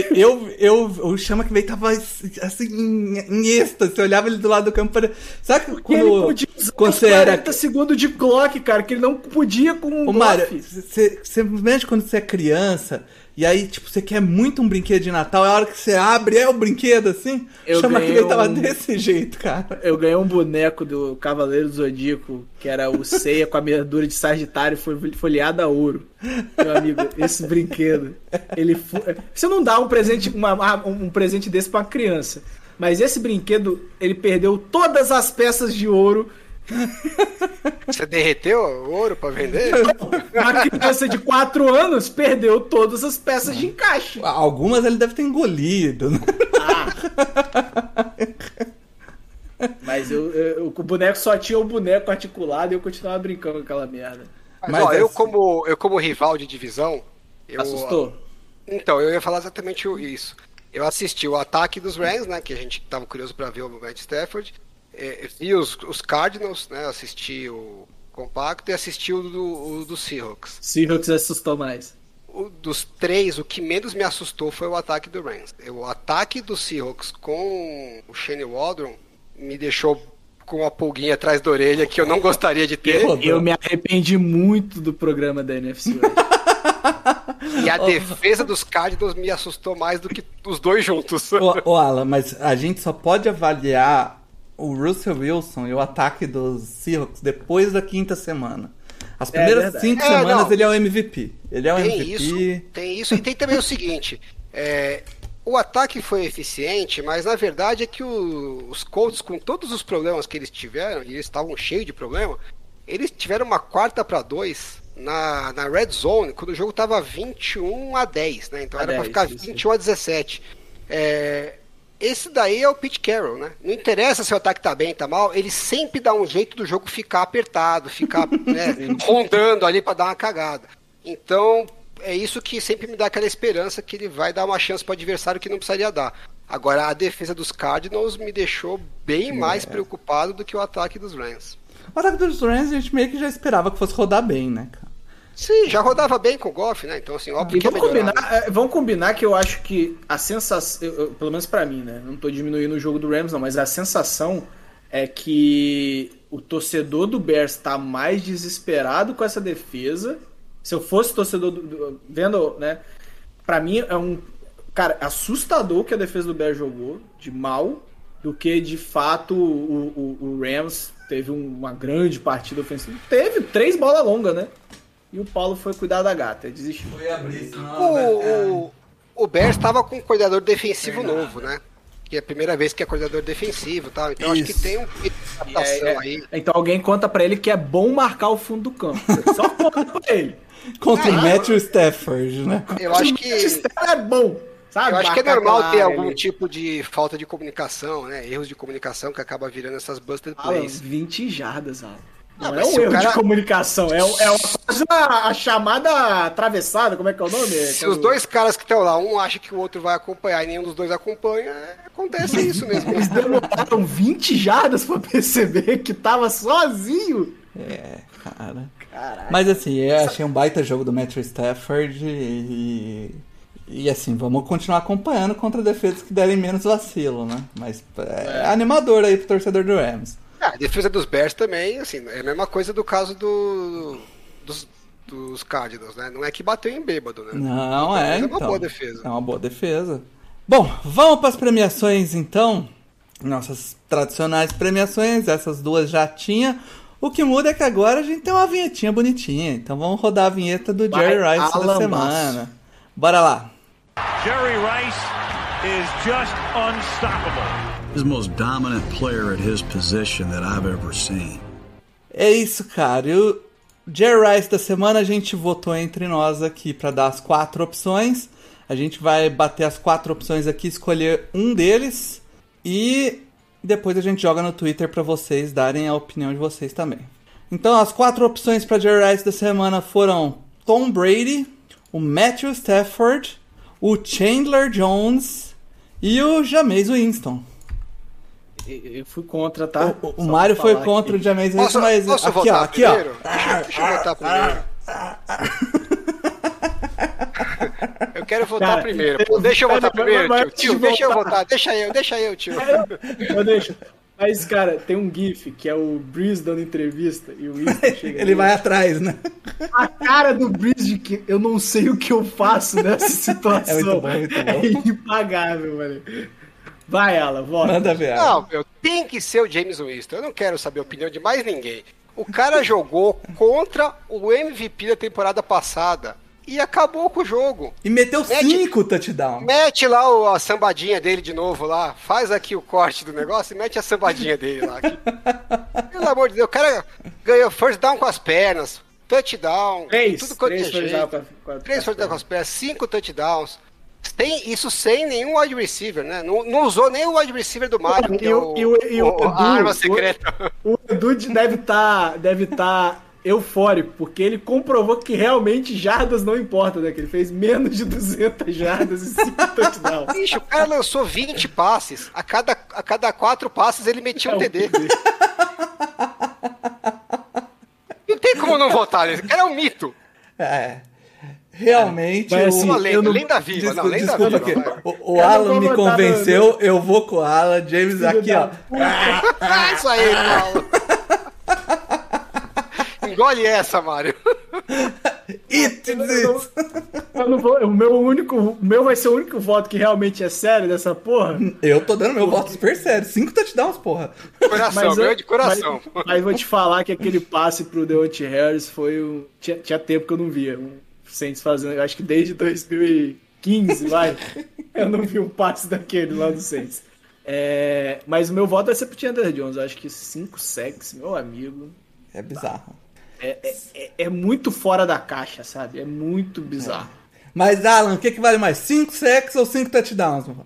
O Sean McVay tava assim, em êxtase. Você olhava ele do lado do campo. Sabe porque ele podia usar quando você 40 segundos de clock, cara, que ele não podia com o Mário, você mexe quando você é criança. E aí, tipo, você quer muito um brinquedo de Natal, é a hora que você abre, o brinquedo, assim. Chama que ele tava desse jeito, cara. Eu ganhei um boneco do Cavaleiro do Zodíaco, que era o Seiya com a armadura de Sagitário folheada a ouro. Meu amigo, esse brinquedo, você não dá um presente desse pra uma criança, mas esse brinquedo, ele perdeu todas as peças de ouro. Você derreteu o ouro pra vender? Uma criança de 4 anos perdeu todas as peças de encaixe. Algumas ele deve ter engolido, né? Mas o boneco só tinha o boneco articulado e eu continuava brincando com aquela merda. Mas ó, eu como rival de divisão... Assustou? Então, eu ia falar exatamente isso. Eu assisti o ataque dos Rams, né? Que a gente tava curioso pra ver o Matt Stafford. Vi os Cardinals, né? Assisti o compacto e assisti o do Seahawks. Seahawks assustou mais. Dos 3, o que menos me assustou foi o ataque do Rams. O ataque do Seahawks com o Shane Waldron me deixou com uma pulguinha atrás da orelha que eu não gostaria de ter. Eu me arrependi muito do programa da NFC hoje. E a defesa dos Cardinals me assustou mais do que os dois juntos. Alan, mas a gente só pode avaliar o Russell Wilson e o ataque dos Seahawks depois da 5ª semana. As primeiras 5 semanas ele é o MVP. Ele é o MVP. Tem isso. E tem também o seguinte. O ataque foi eficiente, mas na verdade é que os Colts, com todos os problemas que eles tiveram, e eles estavam cheios de problema, eles tiveram uma 4ª-2 na Red Zone, quando o jogo estava 21-10, né? Então era para ficar 21-17. Esse daí é o Pete Carroll, né? Não interessa se o ataque tá bem, tá mal, ele sempre dá um jeito do jogo ficar apertado, ficar rondando ali para dar uma cagada. Então, é isso que sempre me dá aquela esperança que ele vai dar uma chance para o adversário que não precisaria dar. Agora, a defesa dos Cardinals me deixou bem mais preocupado do que o ataque dos Rams. O ataque dos Rams a gente meio que já esperava que fosse rodar bem, né, cara? Sim, já rodava bem com o Goff, né? Então, assim, óbvio que vamos combinar que eu acho que a sensação, pelo menos pra mim, né? Não tô diminuindo o jogo do Rams, não, mas a sensação é que o torcedor do Bears tá mais desesperado com essa defesa. Se eu fosse torcedor vendo, né? Pra mim é cara, assustador que a defesa do Bears jogou de mal, do que de fato o Rams teve uma grande partida ofensiva. Teve 3 bolas longas, né? E o Paulo foi cuidar da gata, ele desistiu. Foi abrir, senão... O Bears estava com um coordenador defensivo novo, né? Que é a primeira vez que é coordenador defensivo e tal. Então acho que tem um adaptação aí. Então alguém conta pra ele que é bom marcar o fundo do campo. Só conta pra ele. Contra o Matthew Stafford, né? Eu acho que... é bom. Sabe, eu acho que é normal ter algum tipo de falta de comunicação, né? Erros de comunicação que acaba virando essas busted plays. 20 jardas, Alan. Não Ah, é um erro de comunicação, a chamada atravessada, como é que é o nome? Se os dois caras que estão lá, um acha que o outro vai acompanhar e nenhum dos dois acompanha, acontece isso mesmo. Eles demoraram 20 jardas pra perceber que tava sozinho. Cara. Caraca. Mas assim, eu achei um baita jogo do Matthew Stafford e assim, vamos continuar acompanhando contra defesas que derem menos vacilo, né? Mas é animador aí pro torcedor do Rams. A defesa dos Bears também, assim, é a mesma coisa do caso dos Cardinals, né? Não é que bateu em bêbado, né? Não, é então. uma boa defesa. É uma boa defesa. Bom, vamos para as premiações então. Nossas tradicionais premiações, essas duas já tinha. O que muda é que agora a gente tem uma vinhetinha bonitinha. Então vamos rodar a vinheta do Jerry Rice da semana. Bora lá. Jerry Rice is just unstoppable. He's the most dominant player at his position that I've ever seen. É isso, cara. E o Jerry Rice da semana a gente votou entre nós aqui para dar as 4 opções. A gente vai bater as 4 opções aqui, escolher um deles e depois a gente joga no Twitter para vocês darem a opinião de vocês também. Então as 4 opções para Jerry Rice da semana foram Tom Brady, o Matthew Stafford, o Chandler Jones e o Jameis Winston. Eu fui contra, tá? O Mário foi contra o Jameis Winston, mas posso aqui, votar ó, aqui, primeiro? ó. Deixa eu votar primeiro. Eu quero votar primeiro. Pô, deixa eu votar primeiro, tio. Deixa eu votar. Deixa eu, tio. Eu deixo. Mas, cara, tem um gif que é o Breeze dando entrevista e o Winston chega. Ele vai atrás, né? A cara do Breeze de que eu não sei o que eu faço nessa situação. É muito bom, muito bom. É impagável, mano. Vai, Alan, volta. Manda ver. Não, tem que ser o James Winston. Eu não quero saber a opinião de mais ninguém. O cara jogou contra o MVP da temporada passada e acabou com o jogo. E meteu 5 touchdowns. Mete lá a sambadinha dele de novo lá. Faz aqui o corte do negócio e mete a sambadinha dele lá. Pelo amor de Deus, o cara ganhou first down com as pernas, touchdown, tudo quanto é jeito. 3 first down com as pernas, 5 touchdowns. Tem isso sem nenhum wide receiver, né? Não usou nem o wide receiver do Mario, que é a arma secreta. O Edu deve tá eufórico, porque ele comprovou que realmente jardas não importam, né? Que ele fez menos de 200 jardas e 5 touchdowns. Bicho, o cara lançou 20 passes. A cada 4 passes ele metia um TD. Não tem como não votar nesse. O cara é um mito. Realmente, assim, lenda viva. O Alan me convenceu, eu vou com o Alan. James aqui, ó. Isso aí, Paulo. Engole essa, Mário. Eu não vou, o meu vai ser o único voto que realmente é sério dessa porra. Eu tô dando meu voto super sério. 5 touchdowns, porra. Coração, meu de coração. Mas vou te falar que aquele passe pro Deontay Harris foi tinha tempo que eu não via. Saints fazendo, eu acho que desde 2015, vai. Eu não vi um passe daquele lá do Saints. Mas o meu voto vai ser pro Chandler Jones. Eu acho que 5 sacks, meu amigo. É bizarro. É muito fora da caixa, sabe? É muito bizarro. Mas, Alan, o que vale mais? 5 sacks ou 5 touchdowns, meu?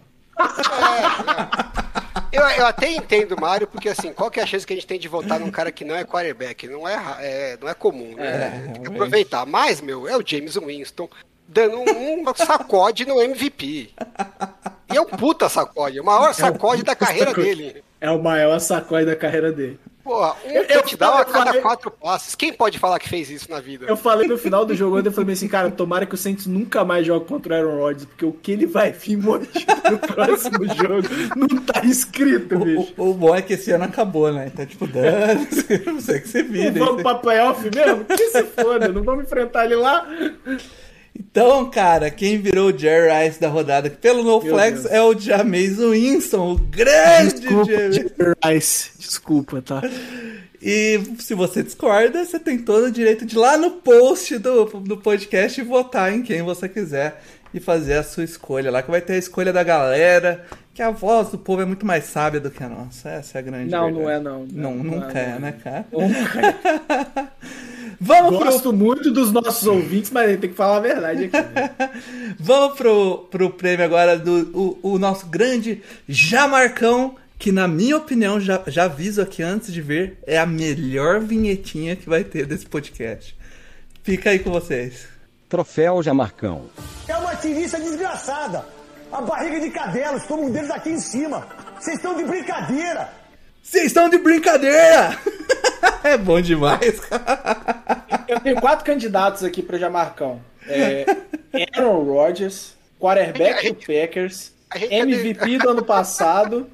Eu até entendo, Mário, porque assim, qual que é a chance que a gente tem de votar num cara que não é quarterback? Não é comum, né? Tem que aproveitar. Mas, é o James Winston dando um sacode no MVP. E é um puta sacode, o maior sacode da carreira dele. É o maior sacode da carreira dele. Porra, touchdown a cada 4 passes. Quem pode falar que fez isso na vida? Eu falei no final do jogo, eu falei assim, cara, tomara que o Saints nunca mais jogue contra o Aaron Rodgers, porque o que ele vai vir mordido no próximo jogo não tá escrito, bicho. O bom é que esse ano acabou, né? Então, tipo, não sei que você vira. Não vamos pra playoff mesmo? Que se foda, não vamos enfrentar ele lá? Então, cara, quem virou o Jerry Rice da rodada pelo NoFlex é o Jameis Winston, o grande Jerry Rice. Desculpa, tá? E se você discorda, você tem todo o direito de ir lá no post do podcast e votar em quem você quiser e fazer a sua escolha lá, que vai ter a escolha da galera, que a voz do povo é muito mais sábia do que a nossa. Essa é a grande verdade. Não é não. Nunca é, né, cara? Nunca é. Gosto muito dos nossos ouvintes, mas a gente tem que falar a verdade aqui. Né? Vamos pro prêmio agora do o nosso grande Jamarcão, que na minha opinião, já aviso aqui antes de ver, é a melhor vinhetinha que vai ter desse podcast. Fica aí com vocês. Troféu Jamarcão. É uma tirista desgraçada. A barriga de cadela, estou um deles aqui em cima. Vocês estão de brincadeira. Vocês estão de brincadeira! É bom demais, cara. Eu tenho 4 candidatos aqui para Jamarcão. Aaron Rodgers, quarterback do Packers, MVP do ano passado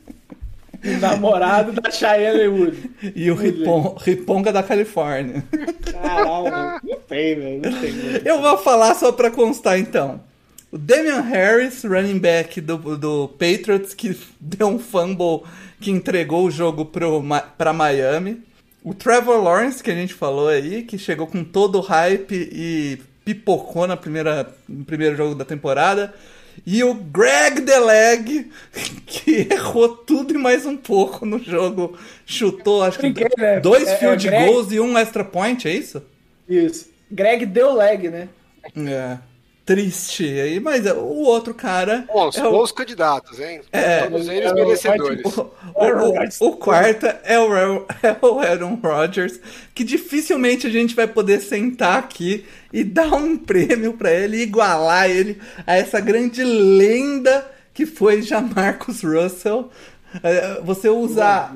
e namorado da Shia Wood. E o Riponga da Califórnia. Caralho, não tem, velho. Não tem. Eu vou falar só pra constar, então. O Damian Harris, running back do Patriots, que deu um fumble que entregou o jogo pra Miami. O Trevor Lawrence, que a gente falou aí, que chegou com todo o hype e pipocou no primeiro jogo da temporada. E o Greg DeLeg, que errou tudo e mais um pouco no jogo. Chutou, acho que 2 field goals e 1 extra point, é isso? Isso. Greg deu leg, né? Triste aí, mas o outro cara... Bons candidatos, hein? Todos eles merecedores. O quarto é o Aaron Rodgers, que dificilmente a gente vai poder sentar aqui e dar um prêmio pra ele, igualar ele a essa grande lenda que foi Jamarcus Russell. Você usar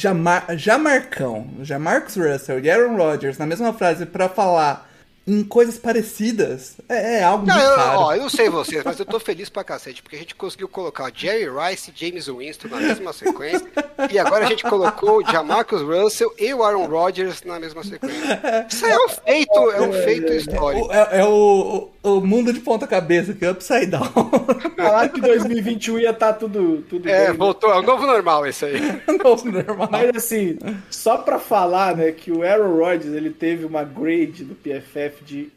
Jamarcus Russell e Aaron Rodgers na mesma frase pra falar em coisas parecidas, é algo muito raro. Eu não sei vocês, mas eu tô feliz pra cacete, porque a gente conseguiu colocar Jerry Rice e James Winston na mesma sequência, e agora a gente colocou o Jamarcus Russell e o Aaron Rodgers na mesma sequência. Isso é um feito histórico. É o mundo de ponta cabeça, que é upside down. Falar que 2021 ia estar tudo bem. Voltou, é o novo normal esse aí. Novo normal. Mas assim, só pra falar, né, que o Aaron Rodgers, ele teve uma grade do PFF de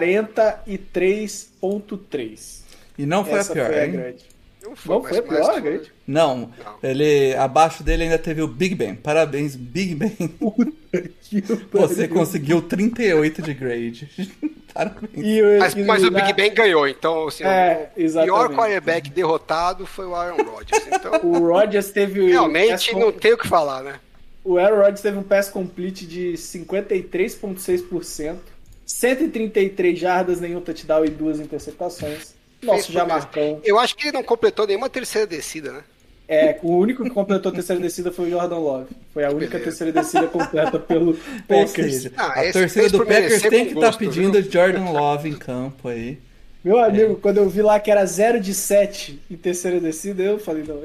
43.3. E não foi a pior, hein? Não foi a pior, grade? Não, ele, abaixo dele ainda teve o Big Ben. Parabéns, Big Ben. Você conseguiu 38 de grade. Parabéns. Mas o Big Ben ganhou, então assim, o pior quarterback derrotado foi o Aaron Rodgers. Então, o Rodgers teve... Realmente não tem o que falar, né? O Aaron Rodgers teve um pass complete de 53,6%, 133 jardas, nenhum touchdown e 2 interceptações. Nosso Jamarcão. Eu acho que ele não completou nenhuma terceira descida, né? O único que completou a terceira descida foi o Jordan Love. Foi a única terceira descida completa pelo Packers. A torcida do Packers tem que estar pedindo Jordan Love em campo aí. Meu amigo, quando eu vi lá que era 0 de 7 em terceira descida, eu falei, não,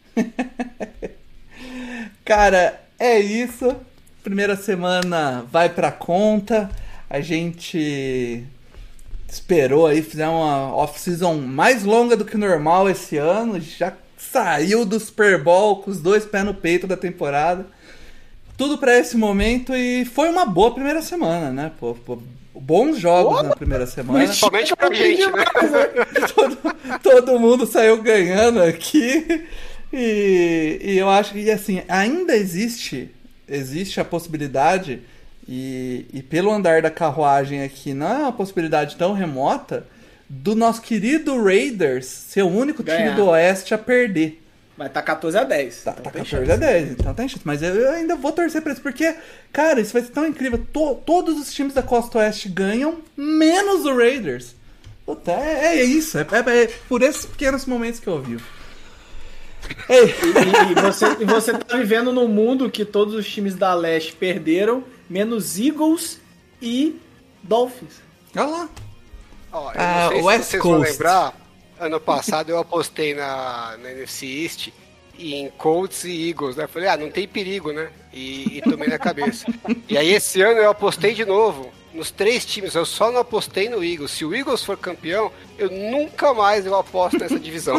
Cara, é isso. Primeira semana vai pra conta. A gente esperou aí, fizemos uma off-season mais longa do que normal esse ano. Já saiu do Super Bowl com os 2 pés no peito da temporada. Tudo pra esse momento e foi uma boa primeira semana, né? Bons jogos na primeira semana. Principalmente pra gente, né? Todo mundo saiu ganhando aqui. E eu acho que, assim, ainda existe a possibilidade, e pelo andar da carruagem aqui, não é uma possibilidade tão remota, do nosso querido Raiders ser o único time do Oeste a perder. Mas tá 14-10. Tá 14-10, então tem chance. Mas eu ainda vou torcer pra isso, porque, cara, isso vai ser tão incrível. Todos os times da Costa Oeste ganham, menos o Raiders. Puta, é isso. É por esses pequenos momentos que eu vivo. E você tá vivendo num mundo que todos os times da Leste perderam, menos Eagles e Dolphins. Olha lá. Ó, eu não sei se West vocês Coast. vão lembrar, ano passado eu apostei na NFC East em Colts e Eagles, né? Falei, não tem perigo, né? E tomei na cabeça. E aí esse ano eu apostei de novo nos 3 times, eu só não apostei no Eagles. Se o Eagles for campeão, eu nunca mais aposto nessa divisão.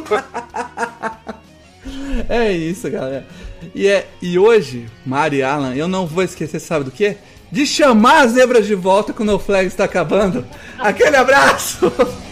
É isso, galera. E hoje, Mari e Alan, eu não vou esquecer, sabe do quê? De chamar as zebras de volta quando o Flag está acabando. Aquele abraço!